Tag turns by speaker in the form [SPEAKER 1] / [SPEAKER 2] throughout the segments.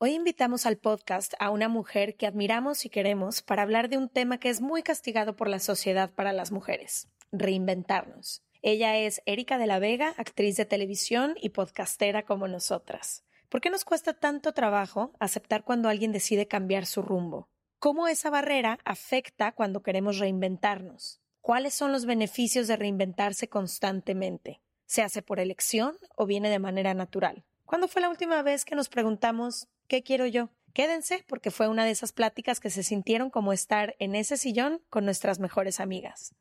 [SPEAKER 1] Hoy invitamos al podcast a una mujer que admiramos y queremos para hablar de un tema que es muy castigado por la sociedad para las mujeres: reinventarnos. Ella es Erika de la Vega, actriz de televisión y podcastera como nosotras. ¿Por qué nos cuesta tanto trabajo aceptar cuando alguien decide cambiar su rumbo? ¿Cómo esa barrera afecta cuando queremos reinventarnos? ¿Cuáles son los beneficios de reinventarse constantemente? ¿Se hace por elección o viene de manera natural? ¿Cuándo fue la última vez que nos preguntamos ¿qué quiero yo? Quédense porque fue una de esas pláticas que se sintieron como estar en ese sillón con nuestras mejores amigas.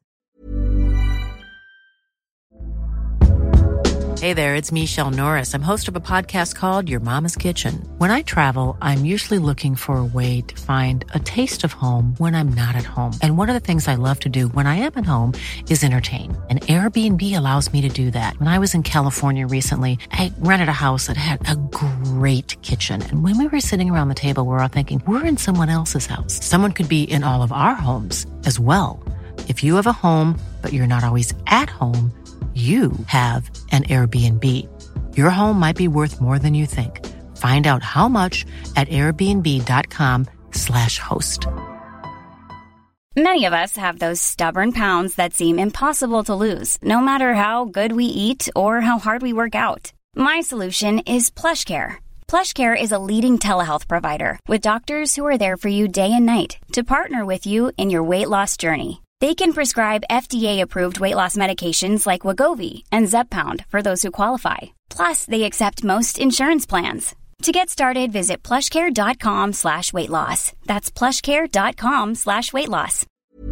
[SPEAKER 2] Hey there, it's Michelle Norris. I'm host of a podcast called Your Mama's Kitchen. When I travel, I'm usually looking for a way to find a taste of home when I'm not at home. And one of the things I love to do when I am at home is entertain. And Airbnb allows me to do that. When I was in California recently, I rented a house that had a great kitchen. And when we were sitting around the table, we were all thinking, we're in someone else's house. Someone could be in all of our homes as well. If you have a home, but you're not always at home, you have an Airbnb. Your home might be worth more than you think. Find out how much at airbnb.com/host.
[SPEAKER 3] Many of us have those stubborn pounds that seem impossible to lose, no matter how good we eat or how hard we work out. My solution is PlushCare. PlushCare is a leading telehealth provider with doctors who are there for you day and night to partner with you in your weight loss journey. They can prescribe FDA-approved weight loss medications like Wegovy and Zepbound for those who qualify. Plus, they accept most insurance plans. To get started, visit plushcare.com/weightloss. That's plushcare.com/weightloss.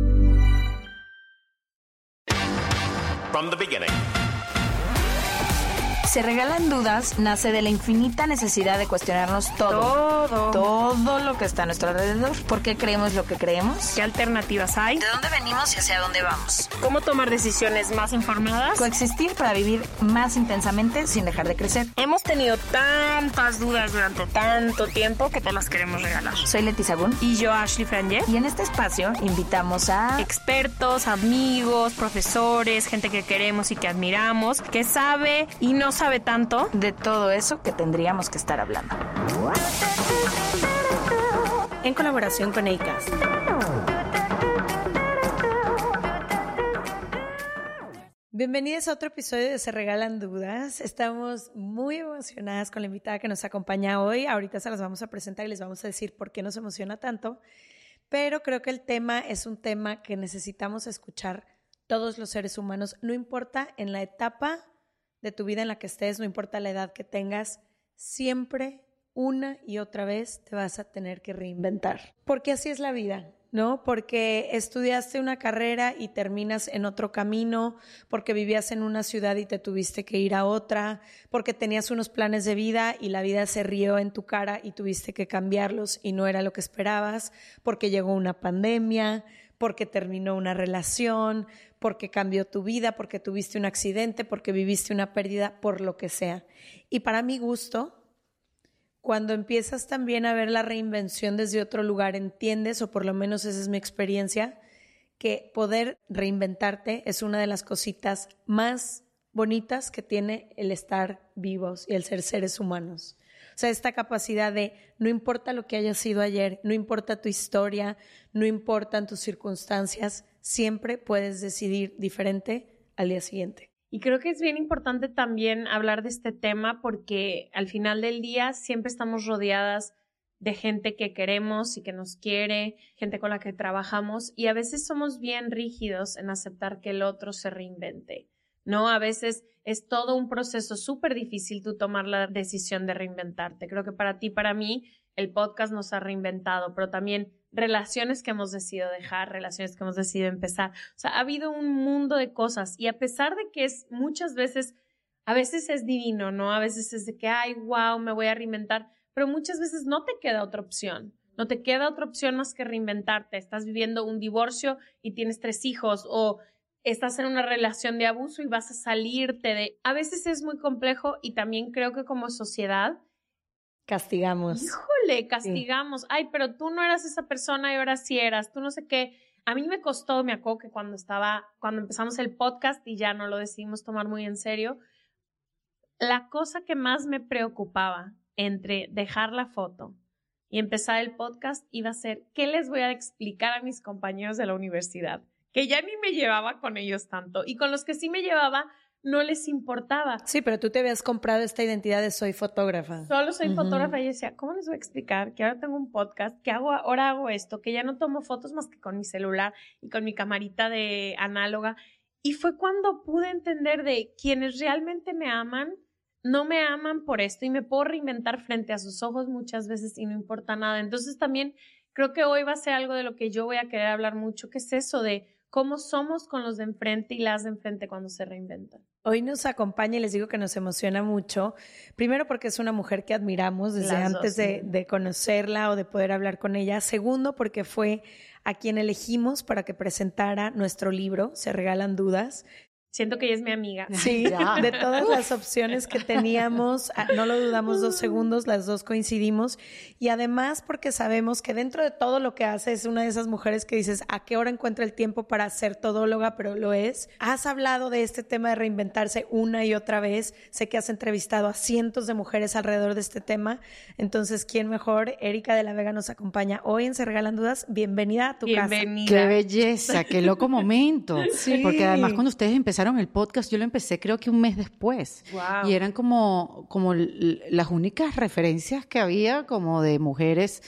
[SPEAKER 4] From the beginning.
[SPEAKER 5] Se regalan dudas nace de la infinita necesidad de cuestionarnos todo lo que está a nuestro alrededor. ¿Por qué creemos lo que creemos?
[SPEAKER 6] ¿Qué alternativas hay?
[SPEAKER 5] ¿De dónde venimos y hacia dónde vamos?
[SPEAKER 6] ¿Cómo tomar decisiones más informadas?
[SPEAKER 5] Coexistir para vivir más intensamente sin dejar de crecer.
[SPEAKER 6] Hemos tenido tantas dudas durante tanto tiempo que te las queremos regalar.
[SPEAKER 5] Soy Leti Sagún.
[SPEAKER 6] Y yo, Ashley Franje.
[SPEAKER 5] Y en este espacio invitamos a
[SPEAKER 6] expertos, amigos, profesores, gente que queremos y que admiramos, que sabe y no sabe tanto
[SPEAKER 5] de todo eso que tendríamos que estar hablando.
[SPEAKER 1] En colaboración con Acast. Bienvenidos a otro episodio de Se Regalan Dudas. Estamos muy emocionadas con la invitada que nos acompaña hoy. Ahorita se las vamos a presentar y les vamos a decir por qué nos emociona tanto. Pero creo que el tema es un tema que necesitamos escuchar todos los seres humanos. No importa en la etapa de tu vida en la que estés, no importa la edad que tengas, siempre una y otra vez te vas a tener que reinventar. Porque así es la vida, ¿no? Porque estudiaste una carrera y terminas en otro camino, porque vivías en una ciudad y te tuviste que ir a otra, porque tenías unos planes de vida y la vida se rió en tu cara y tuviste que cambiarlos y no era lo que esperabas, porque llegó una pandemia, porque terminó una relación, porque cambió tu vida, porque tuviste un accidente, porque viviste una pérdida, por lo que sea. Y para mi gusto, cuando empiezas también a ver la reinvención desde otro lugar, entiendes, o por lo menos esa es mi experiencia, que poder reinventarte es una de las cositas más bonitas que tiene el estar vivos y el ser seres humanos. O sea, esta capacidad de no importa lo que haya sido ayer, no importa tu historia, no importan tus circunstancias, siempre puedes decidir diferente al día siguiente.
[SPEAKER 6] Y creo que es bien importante también hablar de este tema porque al final del día siempre estamos rodeadas de gente que queremos y que nos quiere, gente con la que trabajamos y a veces somos bien rígidos en aceptar que el otro se reinvente, ¿no? A veces es todo un proceso súper difícil tú tomar la decisión de reinventarte. Creo que para ti, para mí, el podcast nos ha reinventado, pero también relaciones que hemos decidido dejar, relaciones que hemos decidido empezar. O sea, ha habido un mundo de cosas y a pesar de que es muchas veces, a veces es divino, ¿no? A veces es de que, ay, wow, me voy a reinventar, pero muchas veces no te queda otra opción. No te queda otra opción más que reinventarte. Estás viviendo un divorcio y tienes 3 hijos o estás en una relación de abuso y vas a salirte de... A veces es muy complejo y también creo que como sociedad
[SPEAKER 1] castigamos.
[SPEAKER 6] Híjole, castigamos. Sí. Ay, pero tú no eras esa persona y ahora sí eras. Tú no sé qué. A mí me costó, me acuerdo que cuando empezamos el podcast y ya no lo decidimos tomar muy en serio, la cosa que más me preocupaba entre dejar la foto y empezar el podcast iba a ser, ¿qué les voy a explicar a mis compañeros de la universidad? Que ya ni me llevaba con ellos tanto y con los que sí me llevaba no les importaba.
[SPEAKER 1] Sí, pero tú te habías comprado esta identidad de soy fotógrafa.
[SPEAKER 6] Solo soy fotógrafa y yo decía, ¿cómo les voy a explicar que ahora tengo un podcast, que ahora hago esto, que ya no tomo fotos más que con mi celular y con mi camarita de análoga? Y fue cuando pude entender de quienes realmente me aman, no me aman por esto y me puedo reinventar frente a sus ojos muchas veces y no importa nada. Entonces también creo que hoy va a ser algo de lo que yo voy a querer hablar mucho, que es eso de cómo somos con los de enfrente y las de enfrente cuando se reinventan.
[SPEAKER 1] Hoy nos acompaña y les digo que nos emociona mucho. Primero porque es una mujer que admiramos desde antes de conocerla o de poder hablar con ella. Segundo porque fue a quien elegimos para que presentara nuestro libro, Se Regalan Dudas.
[SPEAKER 6] Siento que ella es mi amiga.
[SPEAKER 1] Sí, de todas las opciones que teníamos, no lo dudamos 2 segundos, las dos coincidimos. Y además porque sabemos que dentro de todo lo que hace es una de esas mujeres que dices, ¿a qué hora encuentra el tiempo para ser todóloga? Pero lo es. Has hablado de este tema de reinventarse una y otra vez. Sé que has entrevistado a cientos de mujeres alrededor de este tema. Entonces, ¿quién mejor? Erika de la Vega nos acompaña hoy en Se Regalan Dudas. Bienvenida a tu casa.
[SPEAKER 7] ¡Qué belleza! ¡Qué loco momento!
[SPEAKER 1] Sí.
[SPEAKER 7] Porque además cuando ustedes empezaron el podcast, yo lo empecé creo que un mes después.
[SPEAKER 6] Wow.
[SPEAKER 7] Y eran como las únicas referencias que había como de mujeres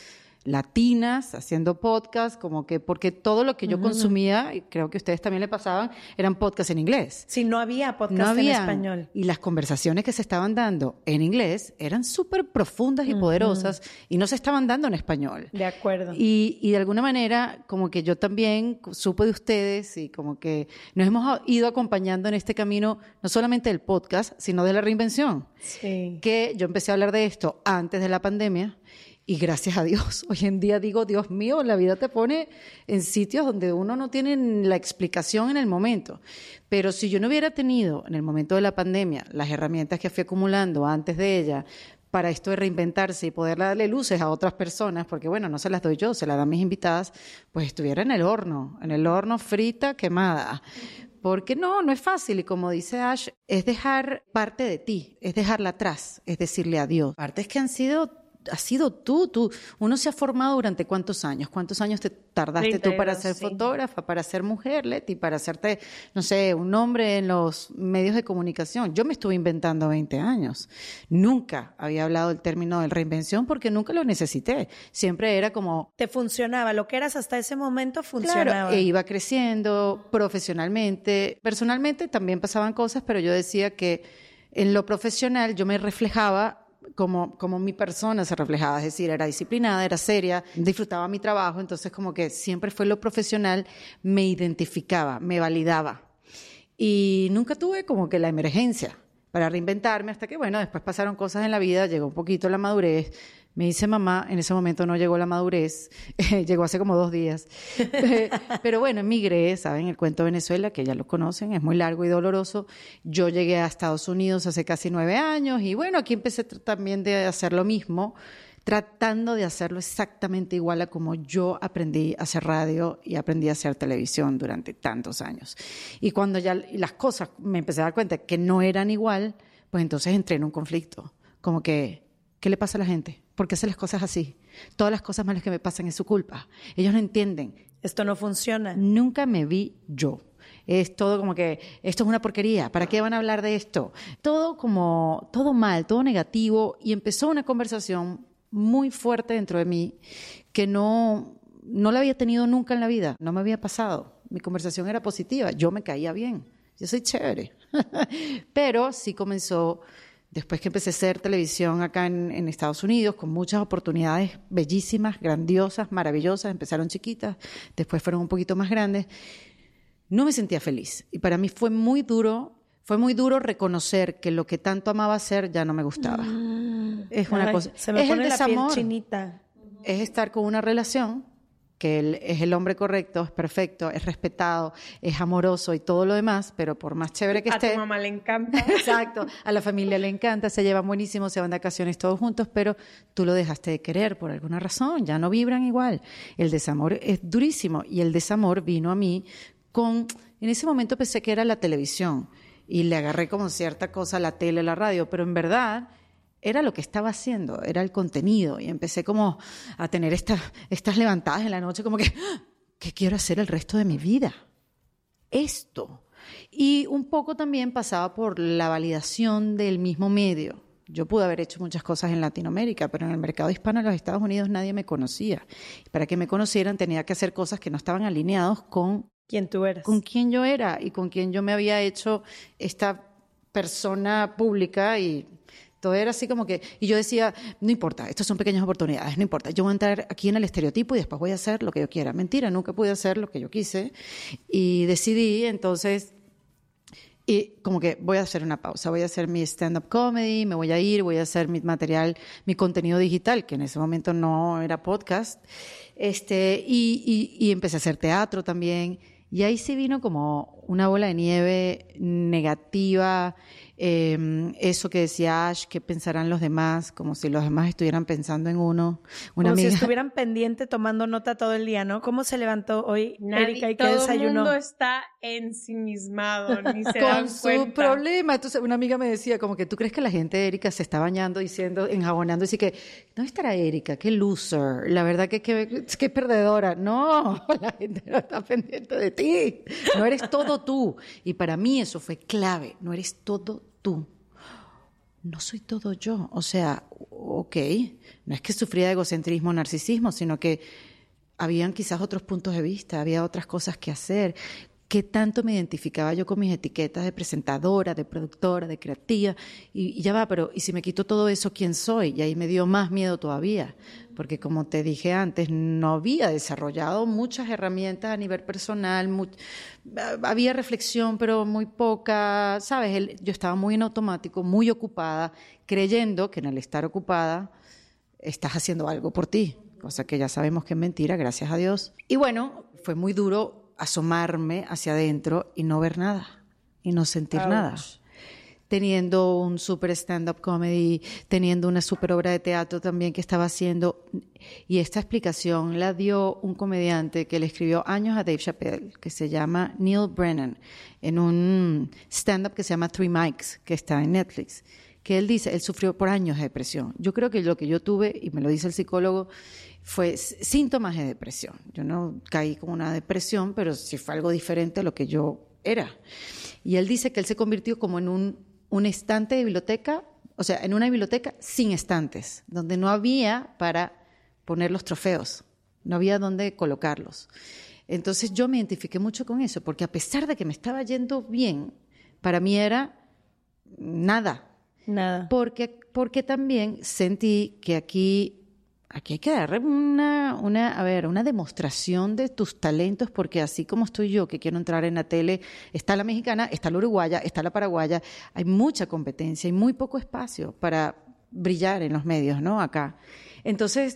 [SPEAKER 7] latinas haciendo podcast, como que porque todo lo que yo consumía, y creo que a ustedes también le pasaban, eran podcasts en inglés.
[SPEAKER 1] Sí, no había podcast en español.
[SPEAKER 7] Y las conversaciones que se estaban dando en inglés eran súper profundas y poderosas y no se estaban dando en español.
[SPEAKER 1] De acuerdo.
[SPEAKER 7] Y de alguna manera, como que yo también supe de ustedes y como que nos hemos ido acompañando en este camino, no solamente del podcast, sino de la reinvención.
[SPEAKER 1] Sí.
[SPEAKER 7] Que yo empecé a hablar de esto antes de la pandemia. Y gracias a Dios, hoy en día digo, Dios mío, la vida te pone en sitios donde uno no tiene la explicación en el momento. Pero si yo no hubiera tenido en el momento de la pandemia las herramientas que fui acumulando antes de ella para esto de reinventarse y poder darle luces a otras personas, porque bueno, no se las doy yo, se las dan mis invitadas, pues estuviera en el horno frita, quemada. Porque no es fácil y como dice Ash, es dejar parte de ti, es dejarla atrás, es decirle adiós. Partes que has sido tú. Uno se ha formado durante ¿cuántos años? ¿Cuántos años te tardaste
[SPEAKER 6] 32,
[SPEAKER 7] tú para ser fotógrafa, para ser mujer, Leti, para hacerte, no sé, un nombre en los medios de comunicación? Yo me estuve inventando 20 años. Nunca había hablado del término de reinvención porque nunca lo necesité. Siempre era como...
[SPEAKER 1] Te funcionaba, lo que eras hasta ese momento funcionaba.
[SPEAKER 7] Claro, e iba creciendo profesionalmente. Personalmente también pasaban cosas, pero yo decía que en lo profesional yo me reflejaba como mi persona se reflejaba, es decir, era disciplinada, era seria, disfrutaba mi trabajo, entonces como que siempre fue lo profesional, me identificaba, me validaba. Y nunca tuve como que la emergencia para reinventarme hasta que, bueno, después pasaron cosas en la vida, llegó un poquito la madurez. Me dice mamá, en ese momento no llegó la madurez, llegó hace como 2 días. Pero bueno, emigré, ¿saben? El cuento de Venezuela, que ya lo conocen, es muy largo y doloroso. Yo llegué a Estados Unidos hace casi 9 años y bueno, aquí empecé también de hacer lo mismo, tratando de hacerlo exactamente igual a como yo aprendí a hacer radio y aprendí a hacer televisión durante tantos años. Y cuando ya las cosas me empecé a dar cuenta que no eran igual, pues entonces entré en un conflicto, como que, ¿qué le pasa a la gente? ¿Por qué hace las cosas así? Todas las cosas malas que me pasan es su culpa. Ellos no entienden.
[SPEAKER 1] Esto no funciona.
[SPEAKER 7] Nunca me vi yo. Es todo como que esto es una porquería. ¿Para qué van a hablar de esto? Todo mal, todo negativo. Y empezó una conversación muy fuerte dentro de mí que no la había tenido nunca en la vida. No me había pasado. Mi conversación era positiva. Yo me caía bien. Yo soy chévere. Pero sí comenzó... Después que empecé a hacer televisión acá en Estados Unidos, con muchas oportunidades bellísimas, grandiosas, maravillosas, empezaron chiquitas, después fueron un poquito más grandes, no me sentía feliz. Y para mí fue muy duro reconocer que lo que tanto amaba hacer ya no me gustaba. Es una cosa.
[SPEAKER 1] Se me pone
[SPEAKER 7] el
[SPEAKER 1] la piel
[SPEAKER 7] desamor,
[SPEAKER 1] chinita.
[SPEAKER 7] Es estar con una relación que él es el hombre correcto, es perfecto, es respetado, es amoroso y todo lo demás, pero por más chévere que esté...
[SPEAKER 6] A tu mamá le encanta.
[SPEAKER 7] Exacto, a la familia le encanta, se llevan buenísimo, se van de vacaciones todos juntos, pero tú lo dejaste de querer por alguna razón, ya no vibran igual. El desamor es durísimo y el desamor vino a mí en ese momento pensé que era la televisión y le agarré como cierta cosa a la tele, la radio, pero en verdad era lo que estaba haciendo, era el contenido. Y empecé como a tener estas levantadas en la noche, como que, ¿qué quiero hacer el resto de mi vida? Esto. Y un poco también pasaba por la validación del mismo medio. Yo pude haber hecho muchas cosas en Latinoamérica, pero en el mercado hispano en los Estados Unidos nadie me conocía. Para que me conocieran tenía que hacer cosas que no estaban alineados con
[SPEAKER 1] quién tú eras,
[SPEAKER 7] con quién yo era y con quién yo me había hecho esta persona pública, y todo era así como que, y yo decía, no importa, estas son pequeñas oportunidades, no importa, yo voy a entrar aquí en el estereotipo y después voy a hacer lo que yo quiera. Mentira, nunca pude hacer lo que yo quise y decidí entonces, y como que voy a hacer una pausa, voy a hacer mi stand-up comedy, me voy a ir, voy a hacer mi material, mi contenido digital, que en ese momento no era podcast, y empecé a hacer teatro también. Y ahí sí vino como una bola de nieve negativa, eso que decía Ash, ¿qué pensarán los demás? Como si los demás estuvieran pensando en uno.
[SPEAKER 1] Como si estuvieran pendiente tomando nota todo el día, ¿no? ¿Cómo se levantó hoy Erika y qué desayunó?
[SPEAKER 6] Todo el mundo está ensimismado, ni se dan
[SPEAKER 7] con
[SPEAKER 6] cuenta.
[SPEAKER 7] Su problema. Entonces una amiga me decía como que, ¿tú crees que la gente de Erika se está bañando, diciendo, enjabonando? Así que, ¿dónde estará Erika? ¡Qué loser! La verdad que perdedora. No, la gente no está pendiente de ti. No eres todo tú. Y para mí eso fue clave. No eres todo tú. No soy todo yo. O sea, ok, no es que sufría de egocentrismo o narcisismo, sino que habían quizás otros puntos de vista, había otras cosas que hacer. ¿Qué tanto me identificaba yo con mis etiquetas de presentadora, de productora, de creativa? Y ya va, pero ¿y si me quito todo eso, quién soy? Y ahí me dio más miedo todavía, porque como te dije antes, no había desarrollado muchas herramientas a nivel personal, había reflexión, pero muy poca, ¿sabes? Yo estaba muy en automático, muy ocupada, creyendo que en el estar ocupada estás haciendo algo por ti, cosa que ya sabemos que es mentira, gracias a Dios. Y bueno, fue muy duro asomarme hacia adentro y no ver nada, y no sentir nada. Teniendo un super stand-up comedy, teniendo una super obra de teatro también que estaba haciendo. Y esta explicación la dio un comediante que le escribió años a Dave Chappelle, que se llama Neil Brennan, en un stand-up que se llama Three Mics, que está en Netflix, que él dice, él sufrió por años de depresión. Yo creo que lo que yo tuve, y me lo dice el psicólogo, fue síntomas de depresión. Yo no caí con una depresión, pero sí fue algo diferente a lo que yo era. Y él dice que él se convirtió como en un estante de biblioteca, o sea, en una biblioteca sin estantes, donde no había para poner los trofeos, no había dónde colocarlos. Entonces yo me identifiqué mucho con eso, porque a pesar de que me estaba yendo bien, para mí era nada.
[SPEAKER 1] Nada.
[SPEAKER 7] Porque también sentí que aquí hay que darle una demostración de tus talentos, porque así como estoy yo, que quiero entrar en la tele, está la mexicana, está la uruguaya, está la paraguaya, hay mucha competencia y muy poco espacio para brillar en los medios, ¿no? Acá. Entonces,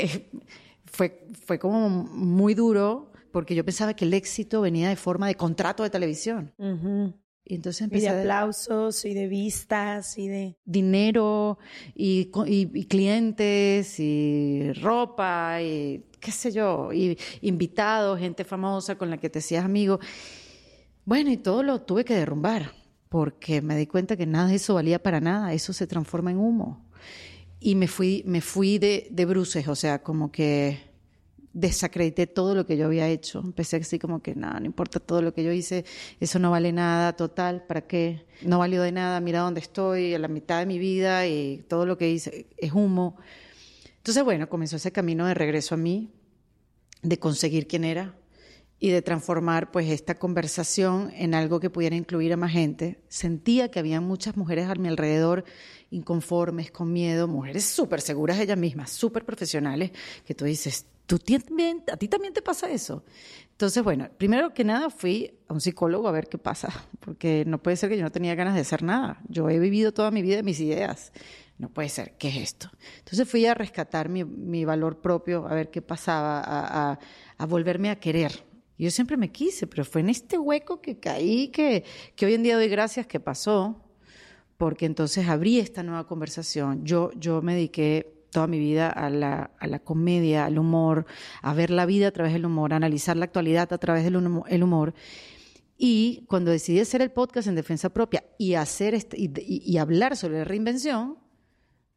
[SPEAKER 7] fue como muy duro, porque yo pensaba que el éxito venía de forma de contrato de televisión.
[SPEAKER 1] Uh-huh.
[SPEAKER 7] Y entonces empecé
[SPEAKER 1] y de aplausos, y de vistas, y de
[SPEAKER 7] dinero, y clientes, y ropa, y qué sé yo, y invitados, gente famosa con la que te hacías amigo. Bueno, y todo lo tuve que derrumbar, porque me di cuenta que nada de eso valía para nada, eso se transforma en humo. Y me fui de bruces, o sea, como que desacredité todo lo que yo había hecho. Empecé así como que nada, no importa todo lo que yo hice, eso no vale nada, total, ¿para qué? No valió de nada, mira dónde estoy, a la mitad de mi vida, y todo lo que hice es humo. Entonces, bueno, comenzó ese camino de regreso a mí, de conseguir quién era y de transformar pues esta conversación en algo que pudiera incluir a más gente. Sentía que había muchas mujeres a mi alrededor inconformes, con miedo, mujeres súper seguras de ellas mismas, súper profesionales, que tú dices, ¿a ti también te pasa eso? Entonces, bueno, primero que nada fui a un psicólogo a ver qué pasa, porque no puede ser que yo no tenía ganas de hacer nada. Yo he vivido toda mi vida mis ideas. No puede ser, ¿qué es esto? Entonces fui a rescatar mi valor propio, a ver qué pasaba, a volverme a querer. Yo siempre me quise, pero fue en este hueco que caí, que hoy en día doy gracias que pasó, porque entonces abrí esta nueva conversación. Yo me dediqué toda mi vida a la comedia, al humor, a ver la vida a través del humor, a analizar la actualidad a través del humor. Y cuando decidí hacer el podcast en defensa propia y hacer y hablar sobre la reinvención,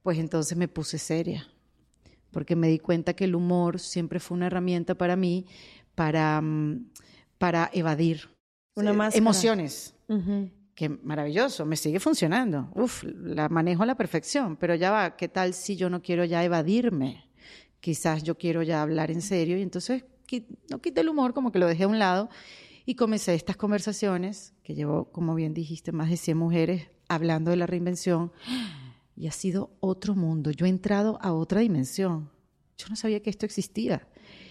[SPEAKER 7] pues entonces me puse seria, porque me di cuenta que el humor siempre fue una herramienta para mí para evadir emociones. Uh-huh. Que maravilloso, me sigue funcionando. La manejo a la perfección, pero ya va, ¿qué tal si yo no quiero ya evadirme? Quizás yo quiero ya hablar en serio y entonces no quité el humor, como que lo dejé a un lado y comencé estas conversaciones, que llevo, como bien dijiste, más de 100 mujeres hablando de la reinvención y ha sido otro mundo. Yo he entrado a otra dimensión. Yo no sabía que esto existía.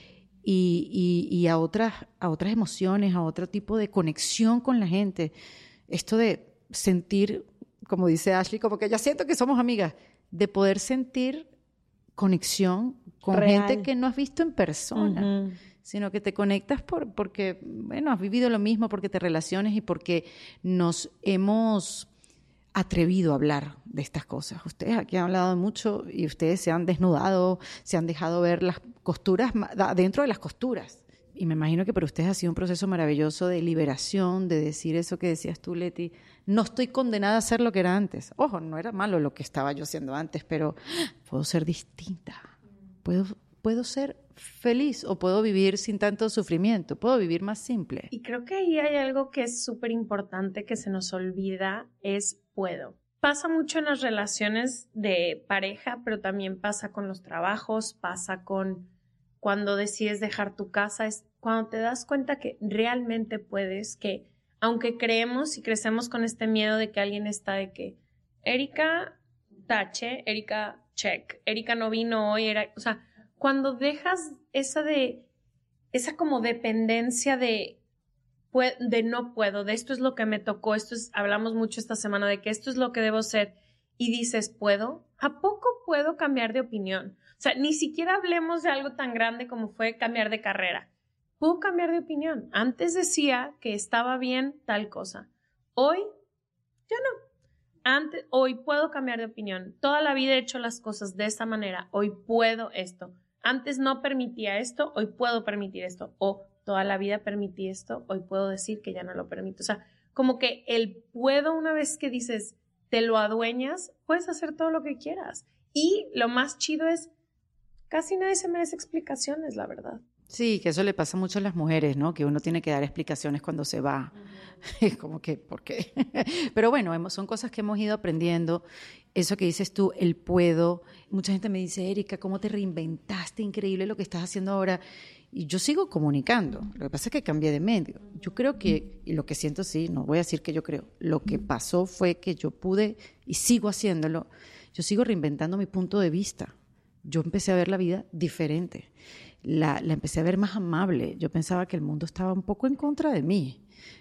[SPEAKER 7] Y a otras emociones, a otro tipo de conexión con la gente. Esto de sentir, como dice Ashley, como que ya siento que somos amigas, de poder sentir conexión con real. Gente que no has visto en persona, uh-huh. sino que te conectas porque, bueno, has vivido lo mismo, porque te relaciones y porque nos hemos atrevido a hablar de estas cosas. Ustedes aquí han hablado mucho y ustedes se han desnudado, se han dejado ver las costuras dentro de las costuras. Y me imagino que para ustedes ha sido un proceso maravilloso de liberación, de decir eso que decías tú, Leti. No estoy condenada a ser lo que era antes. Ojo, no era malo lo que estaba yo haciendo antes, pero puedo ser distinta. Puedo ser feliz o puedo vivir sin tanto sufrimiento. Puedo vivir más simple.
[SPEAKER 6] Y creo que ahí hay algo que es súper importante que se nos olvida, es puedo. Pasa mucho en las relaciones de pareja, pero también pasa con los trabajos, pasa con cuando decides dejar tu casa, es cuando te das cuenta que realmente puedes, que aunque creemos y crecemos con este miedo de que alguien está de que Erika, tache, Erika, check, Erika no vino hoy, o sea, cuando dejas esa como dependencia de no puedo, de esto es lo que me tocó, hablamos mucho esta semana de que esto es lo que debo ser, y dices, ¿puedo? ¿A poco puedo cambiar de opinión? O sea, ni siquiera hablemos de algo tan grande como fue cambiar de carrera. Puedo cambiar de opinión. Antes decía que estaba bien tal cosa. Hoy, ya no. Hoy puedo cambiar de opinión. Toda la vida he hecho las cosas de esta manera. Hoy puedo esto. Antes no permitía esto, hoy puedo permitir esto. O toda la vida permití esto, hoy puedo decir que ya no lo permito. O sea, como que el puedo, una vez que dices, te lo adueñas, puedes hacer todo lo que quieras. Y lo más chido es, casi nadie se merece explicaciones, la verdad.
[SPEAKER 7] Sí, que eso le pasa mucho a las mujeres, ¿no? Que uno tiene que dar explicaciones cuando se va. Es como que, ¿por qué? Pero bueno, son cosas que hemos ido aprendiendo. Eso que dices tú, el puedo. Mucha gente me dice, Erika, ¿cómo te reinventaste? Increíble lo que estás haciendo ahora. Y yo sigo comunicando. Lo que pasa es que cambié de medio. Yo creo que, y lo que siento, sí, no voy a decir que yo creo, lo que pasó fue que yo pude, y sigo haciéndolo, yo sigo reinventando mi punto de vista. Yo empecé a ver la vida diferente. La empecé a ver más amable. Yo pensaba que el mundo estaba un poco en contra de mí,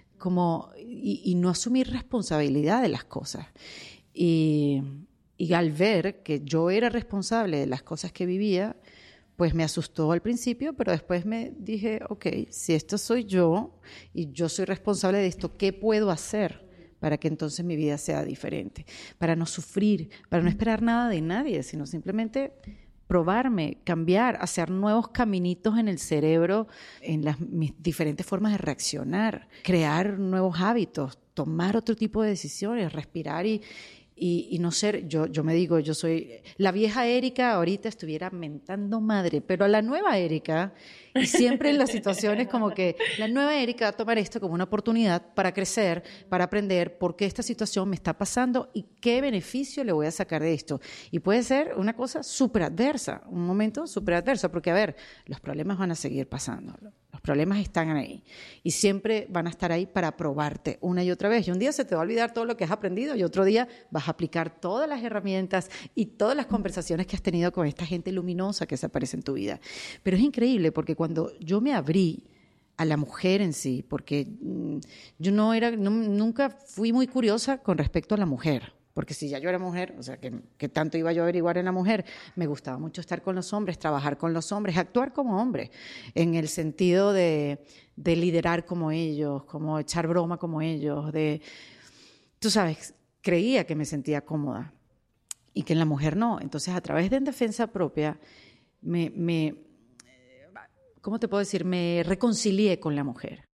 [SPEAKER 7] y no asumir responsabilidad de las cosas. Y al ver que yo era responsable de las cosas que vivía, pues me asustó al principio, pero después me dije, ok, si esto soy yo y yo soy responsable de esto, ¿qué puedo hacer para que entonces mi vida sea diferente? Para no sufrir, para no esperar nada de nadie, sino simplemente probarme, cambiar, hacer nuevos caminitos en el cerebro, en mis diferentes formas de reaccionar, crear nuevos hábitos, tomar otro tipo de decisiones, respirar y no ser, yo me digo, yo soy la vieja Erika, ahorita estuviera mentando madre, pero a la nueva Erika, y siempre en las situaciones como que la nueva Erika va a tomar esto como una oportunidad para crecer, para aprender por qué esta situación me está pasando y qué beneficio le voy a sacar de esto. Y puede ser una cosa súper adversa, un momento súper adverso, porque a ver, los problemas van a seguir pasando, los problemas están ahí y siempre van a estar ahí para probarte una y otra vez. Y un día se te va a olvidar todo lo que has aprendido y otro día vas a aplicar todas las herramientas y todas las conversaciones que has tenido con esta gente luminosa que se aparece en tu vida. Pero es increíble porque cuando yo me abrí a la mujer en sí, porque yo nunca fui muy curiosa con respecto a la mujer, porque si ya yo era mujer, o sea, que tanto iba yo a averiguar en la mujer, me gustaba mucho estar con los hombres, trabajar con los hombres, actuar como hombre, en el sentido de liderar como ellos, como echar broma como ellos, tú sabes, creía que me sentía cómoda y que en la mujer no. Entonces, a través de En Defensa Propia, ¿cómo te puedo decir? Me reconcilié con la mujer.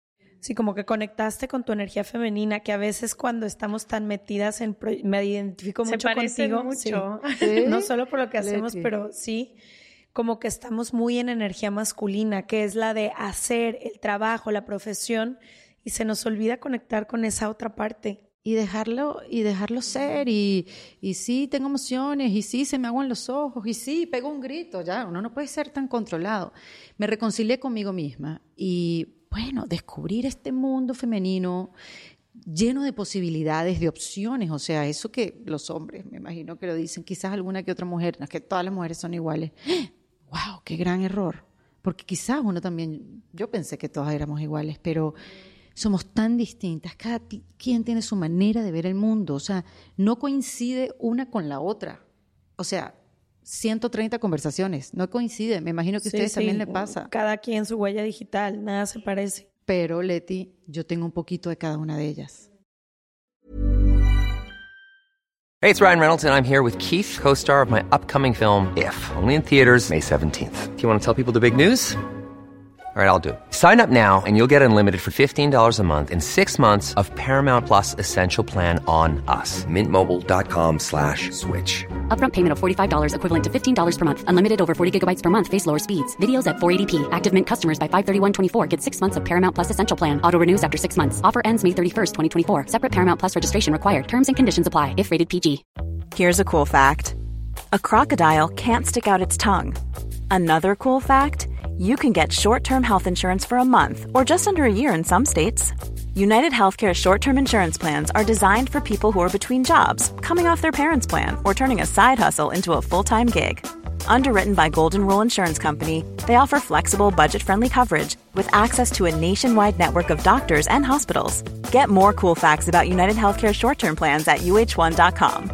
[SPEAKER 1] Sí, como que conectaste con tu energía femenina, que a veces cuando estamos tan metidas me identifico mucho contigo.
[SPEAKER 6] Mucho.
[SPEAKER 1] Sí. No solo por lo que hacemos,
[SPEAKER 7] Leti.
[SPEAKER 1] pero sí, como que estamos muy en energía masculina, que es la de hacer el trabajo, la profesión, y se nos olvida conectar con esa otra parte.
[SPEAKER 7] Y dejarlo ser, y sí tengo emociones, y sí se me aguan los ojos, y sí pego un grito, ya, uno no puede ser tan controlado. Me reconcilié conmigo misma y, bueno, descubrir este mundo femenino lleno de posibilidades, de opciones, o sea, eso que los hombres, me imagino que lo dicen, quizás alguna que otra mujer, no es que todas las mujeres son iguales. ¡Wow! ¡Qué gran error! Porque quizás uno también, yo pensé que todas éramos iguales, pero somos tan distintas, cada quien tiene su manera de ver el mundo, o sea, no coincide una con la otra. O sea, 130 conversaciones, no coincide, me imagino que a ustedes también le pasa.
[SPEAKER 1] Cada quien su huella digital, nada se parece.
[SPEAKER 7] Pero, Leti, yo tengo un poquito de cada una de ellas.
[SPEAKER 8] Hey, it's Ryan Reynolds, and I'm here with Keith, co-star of my upcoming film, If, only in theaters May 17th. Do you want to tell people the big news? All right, I'll do it. Sign up now and you'll get unlimited for $15 a month and 6 months of Paramount Plus Essential Plan on us. MintMobile.com/switch.
[SPEAKER 9] Upfront payment of $45 equivalent to $15 per month. Unlimited over 40 gigabytes per month. Face lower speeds. Videos at 480p. Active Mint customers by 531.24 get 6 months of Paramount Plus Essential Plan. Auto renews after 6 months. Offer ends May 31st, 2024. Separate Paramount Plus registration required. Terms and conditions apply if rated PG.
[SPEAKER 10] Here's a cool fact. A crocodile can't stick out its tongue. Another cool fact, you can get short-term health insurance for a month or just under a year in some states. United Healthcare short-term insurance plans are designed for people who are between jobs, coming off their parents' plan, or turning a side hustle into a full-time gig. Underwritten by Golden Rule Insurance Company, they offer flexible, budget-friendly coverage with access to a nationwide network of doctors and hospitals. Get more cool facts about United Healthcare short-term plans at uh1.com.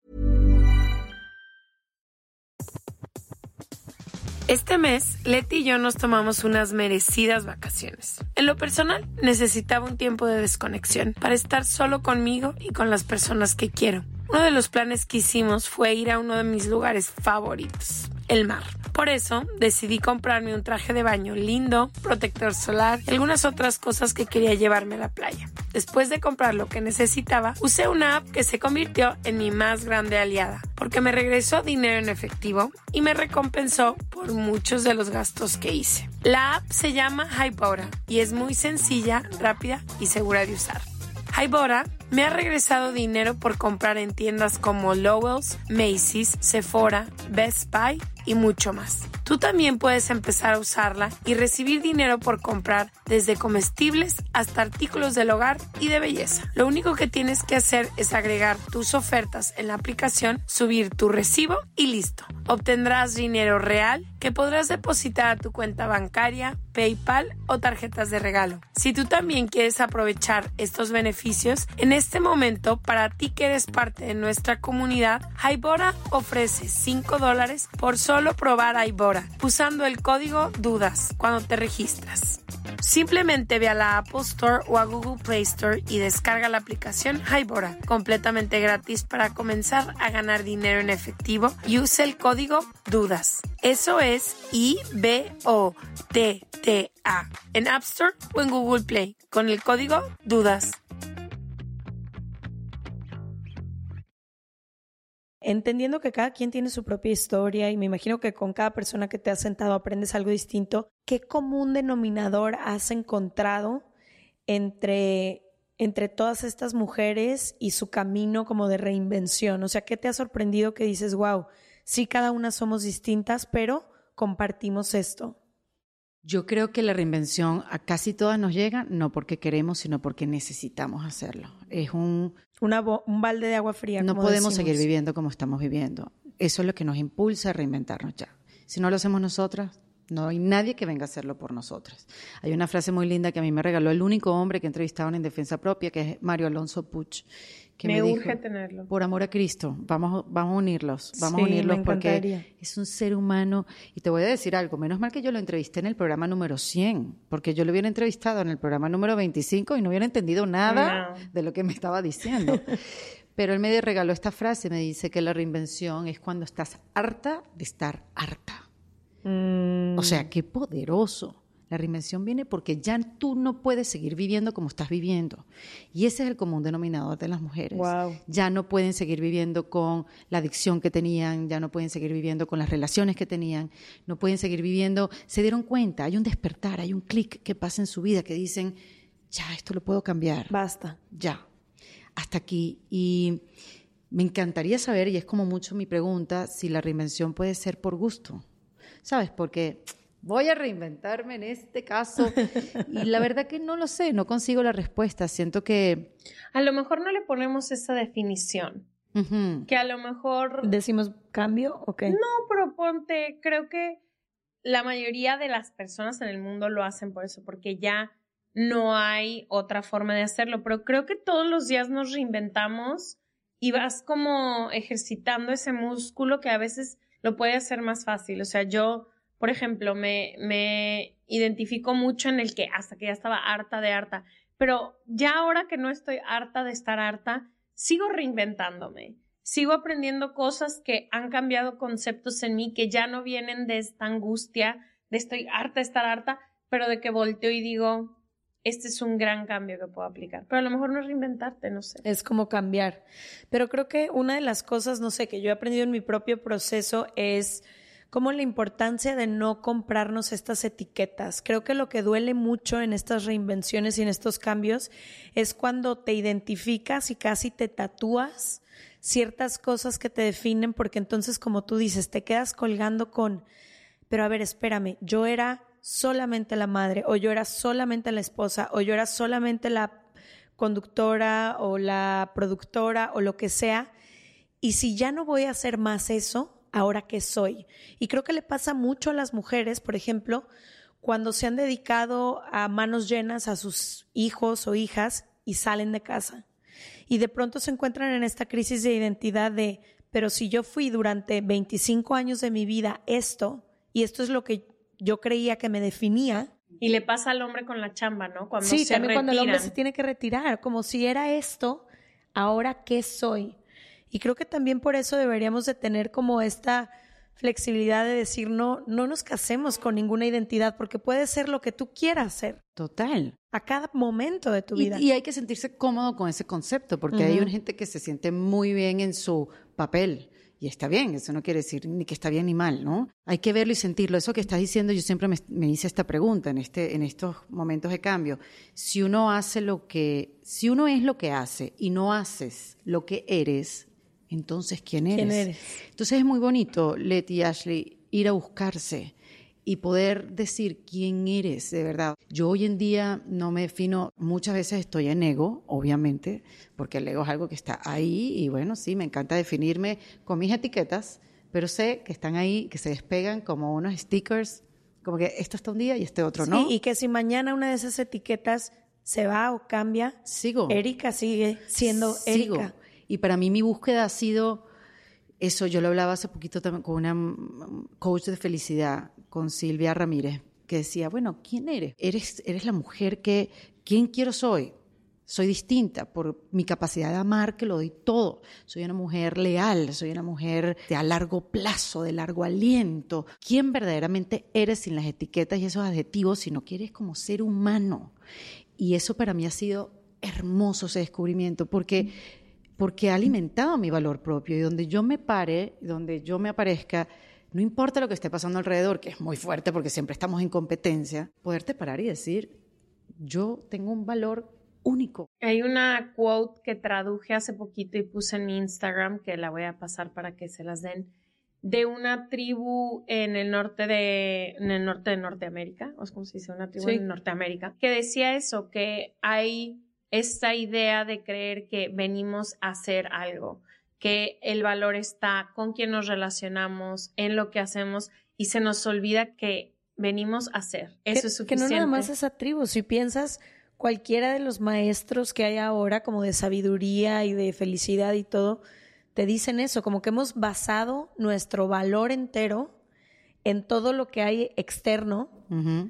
[SPEAKER 6] Este mes, Leti y yo nos tomamos unas merecidas vacaciones. En lo personal, necesitaba un tiempo de desconexión para estar solo conmigo y con las personas que quiero. Uno de los planes que hicimos fue ir a uno de mis lugares favoritos, el mar. Por eso, decidí comprarme un traje de baño lindo, protector solar y algunas otras cosas que quería llevarme a la playa. Después de comprar lo que necesitaba, usé una app que se convirtió en mi más grande aliada, porque me regresó dinero en efectivo y me recompensó por muchos de los gastos que hice. La app se llama Hybora y es muy sencilla, rápida y segura de usar. Hybora me ha regresado dinero por comprar en tiendas como Lowell's, Macy's, Sephora, Best Buy y mucho más. Tú también puedes empezar a usarla y recibir dinero por comprar desde comestibles hasta artículos del hogar y de belleza. Lo único que tienes que hacer es agregar tus ofertas en la aplicación, subir tu recibo y listo. Obtendrás dinero real que podrás depositar a tu cuenta bancaria, PayPal o tarjetas de regalo. Si tú también quieres aprovechar estos beneficios, en este momento, para ti que eres parte de nuestra comunidad, Hybora ofrece $5 por solo probar Hybora, usando el código DUDAS cuando te registras. Simplemente ve a la Apple Store o a Google Play Store y descarga la aplicación Hybora, completamente gratis para comenzar a ganar dinero en efectivo, y usa el código DUDAS. Eso es IBOTTA en App Store o en Google Play con el código DUDAS.
[SPEAKER 1] Entendiendo que cada quien tiene su propia historia y me imagino que con cada persona que te has sentado aprendes algo distinto, ¿qué común denominador has encontrado entre todas estas mujeres y su camino como de reinvención? O sea, ¿qué te ha sorprendido que dices, wow, sí, cada una somos distintas, pero compartimos esto?
[SPEAKER 7] Yo creo que la reinvención a casi todas nos llega, no porque queremos, sino porque necesitamos hacerlo. Es un
[SPEAKER 1] balde de agua fría.
[SPEAKER 7] No
[SPEAKER 1] como
[SPEAKER 7] podemos
[SPEAKER 1] decimos.
[SPEAKER 7] seguir viviendo como estamos viviendo. Eso es lo que nos impulsa a reinventarnos ya. Si no lo hacemos nosotras, no hay nadie que venga a hacerlo por nosotras. Hay una frase muy linda que a mí me regaló el único hombre que entrevistaron en Defensa Propia, que es Mario Alonso Puig, que me dijo,
[SPEAKER 6] urge tenerlo.
[SPEAKER 7] Por amor a Cristo, vamos a unirlos,
[SPEAKER 1] Sí, me encantaría.
[SPEAKER 7] Porque es un ser humano. Y te voy a decir algo, menos mal que yo lo entrevisté en el programa número 100, porque yo lo hubiera entrevistado en el programa número 25 y no hubiera entendido nada de lo que me estaba diciendo. Pero él me regaló esta frase, me dice que la reinvención es cuando estás harta de estar harta. O sea, qué poderoso. La reinvención viene porque ya tú no puedes seguir viviendo como estás viviendo. Y ese es el común denominador de las mujeres.
[SPEAKER 1] Wow.
[SPEAKER 7] Ya no pueden seguir viviendo con la adicción que tenían, ya no pueden seguir viviendo con las relaciones que tenían, no pueden seguir viviendo. Se dieron cuenta, hay un despertar, hay un clic que pasa en su vida que dicen, ya, esto lo puedo cambiar.
[SPEAKER 1] Basta.
[SPEAKER 7] Ya, hasta aquí. Y me encantaría saber, y es como mucho mi pregunta, si la reinvención puede ser por gusto, ¿sabes? Porque voy a reinventarme en este caso y la verdad que no lo sé, no consigo la respuesta. Siento que...
[SPEAKER 6] A lo mejor no le ponemos esa definición. Que a lo mejor...
[SPEAKER 1] ¿Decimos cambio o qué?
[SPEAKER 6] No, pero ponte, creo que la mayoría de las personas en el mundo lo hacen por eso, porque ya no hay otra forma de hacerlo. Pero creo que todos los días nos reinventamos y vas como ejercitando ese músculo que a veces lo puede hacer más fácil. O sea, yo, por ejemplo, me identifico mucho en el que hasta que ya estaba harta, pero ya ahora que no estoy harta de estar harta, sigo reinventándome. Sigo aprendiendo cosas que han cambiado conceptos en mí, que ya no vienen de esta angustia, de estoy harta de estar harta, pero de que volteo y digo... Este es un gran cambio que puedo aplicar. Pero a lo mejor no es reinventarte, no sé.
[SPEAKER 1] Es como cambiar. Pero creo que una de las cosas, no sé, que yo he aprendido en mi propio proceso es como la importancia de no comprarnos estas etiquetas. Creo que lo que duele mucho en estas reinvenciones y en estos cambios es cuando te identificas y casi te tatúas ciertas cosas que te definen, porque entonces, como tú dices, te quedas colgando con, pero a ver, espérame, yo era... solamente la madre, o yo era solamente la esposa, o yo era solamente la conductora o la productora o lo que sea, y si ya no voy a hacer más eso, ¿ahora qué soy? Y creo que le pasa mucho a las mujeres, por ejemplo, cuando se han dedicado a manos llenas a sus hijos o hijas y salen de casa, y de pronto se encuentran en esta crisis de identidad de, pero si yo fui durante 25 años de mi vida esto, y esto es lo que yo creía que me definía.
[SPEAKER 6] Y le pasa al hombre con la chamba, ¿no? Cuando
[SPEAKER 1] sí,
[SPEAKER 6] se
[SPEAKER 1] también
[SPEAKER 6] retiran.
[SPEAKER 1] Cuando el hombre se tiene que retirar, como si era esto, ¿ahora qué soy? Y creo que también por eso deberíamos de tener como esta flexibilidad de decir, no nos casemos con ninguna identidad, porque puede ser lo que tú quieras ser.
[SPEAKER 7] Total.
[SPEAKER 1] A cada momento de tu vida.
[SPEAKER 7] Y hay que sentirse cómodo con ese concepto, porque hay una gente que se siente muy bien en su papel. Y está bien, eso no quiere decir ni que está bien ni mal, ¿no? Hay que verlo y sentirlo. Eso que estás diciendo, yo siempre me hice esta pregunta en estos momentos de cambio. Si uno es lo que hace y no haces lo que eres, entonces ¿quién eres? Entonces es muy bonito, Leti y Ashley, ir a buscarse y poder decir quién eres de verdad. Yo hoy en día no me defino, muchas veces estoy en ego, obviamente, porque el ego es algo que está ahí y bueno, sí, me encanta definirme con mis etiquetas, pero sé que están ahí, que se despegan como unos stickers, como que esto está un día y este otro no.
[SPEAKER 1] Sí, y que si mañana una de esas etiquetas se va o cambia,
[SPEAKER 7] sigo.
[SPEAKER 1] Erika sigue siendo Erika.
[SPEAKER 7] Y para mí mi búsqueda ha sido eso. Yo lo hablaba hace poquito también con una coach de felicidad, con Silvia Ramírez, que decía, bueno, ¿quién eres? Eres la mujer que, ¿quién quiero soy? Soy distinta por mi capacidad de amar, que lo doy todo. Soy una mujer leal, soy una mujer de a largo plazo, de largo aliento. ¿Quién verdaderamente eres sin las etiquetas y esos adjetivos, si no quieres como ser humano? Y eso para mí ha sido hermoso, ese descubrimiento, porque ha alimentado mi valor propio. Y donde yo me pare, donde yo me aparezca, no importa lo que esté pasando alrededor, que es muy fuerte porque siempre estamos en competencia, poderte parar y decir, yo tengo un valor único.
[SPEAKER 6] Hay una quote que traduje hace poquito y puse en mi Instagram, que la voy a pasar para que se las den, de una tribu en el norte de Norteamérica, o es como se dice, una tribu en Norteamérica, que decía eso, que hay esta idea de creer que venimos a hacer algo, que el valor está con quien nos relacionamos, en lo que hacemos, y se nos olvida que venimos a hacer. Eso es suficiente.
[SPEAKER 1] Que no nada más esa tribu. Si piensas, cualquiera de los maestros que hay ahora, como de sabiduría y de felicidad y todo, te dicen eso, como que hemos basado nuestro valor entero en todo lo que hay externo.
[SPEAKER 7] Uh-huh.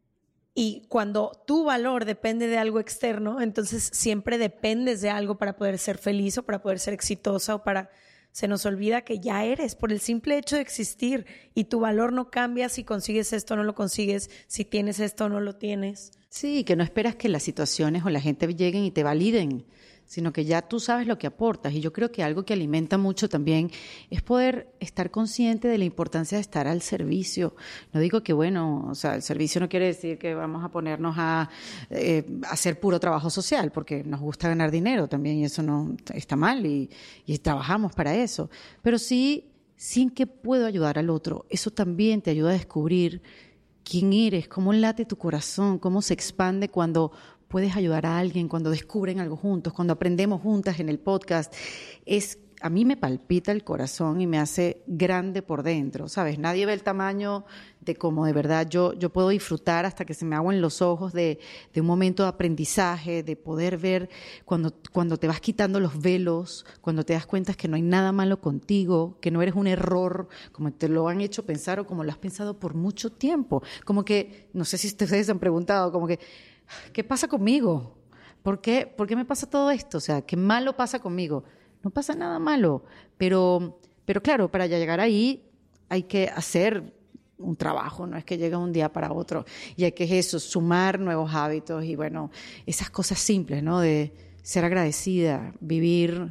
[SPEAKER 1] Y cuando tu valor depende de algo externo, entonces siempre dependes de algo para poder ser feliz o para poder ser exitosa o para se nos olvida que ya eres por el simple hecho de existir y tu valor no cambia si consigues esto o no lo consigues, si tienes esto o no lo tienes.
[SPEAKER 7] Sí, que no esperas que las situaciones o la gente lleguen y te validen, sino que ya tú sabes lo que aportas. Y yo creo que algo que alimenta mucho también es poder estar consciente de la importancia de estar al servicio. No digo que, bueno, o sea, el servicio no quiere decir que vamos a ponernos a hacer puro trabajo social, porque nos gusta ganar dinero también y eso no está mal y trabajamos para eso. Pero sí, sin que puedo ayudar al otro, eso también te ayuda a descubrir quién eres, cómo late tu corazón, cómo se expande cuando puedes ayudar a alguien, cuando descubren algo juntos, cuando aprendemos juntas en el podcast. A mí me palpita el corazón y me hace grande por dentro, ¿sabes? Nadie ve el tamaño de cómo de verdad yo puedo disfrutar hasta que se me aguan los ojos de un momento de aprendizaje, de poder ver cuando te vas quitando los velos, cuando te das cuenta que no hay nada malo contigo, que no eres un error, como te lo han hecho pensar o como lo has pensado por mucho tiempo. Como que, no sé si ustedes se han preguntado, como que, ¿qué pasa conmigo? ¿Por qué me pasa todo esto? O sea, ¿qué malo pasa conmigo? No pasa nada malo, pero claro, para llegar ahí hay que hacer un trabajo, no es que llega un día para otro, y hay que sumar nuevos hábitos y bueno, esas cosas simples, ¿no? De ser agradecida, vivir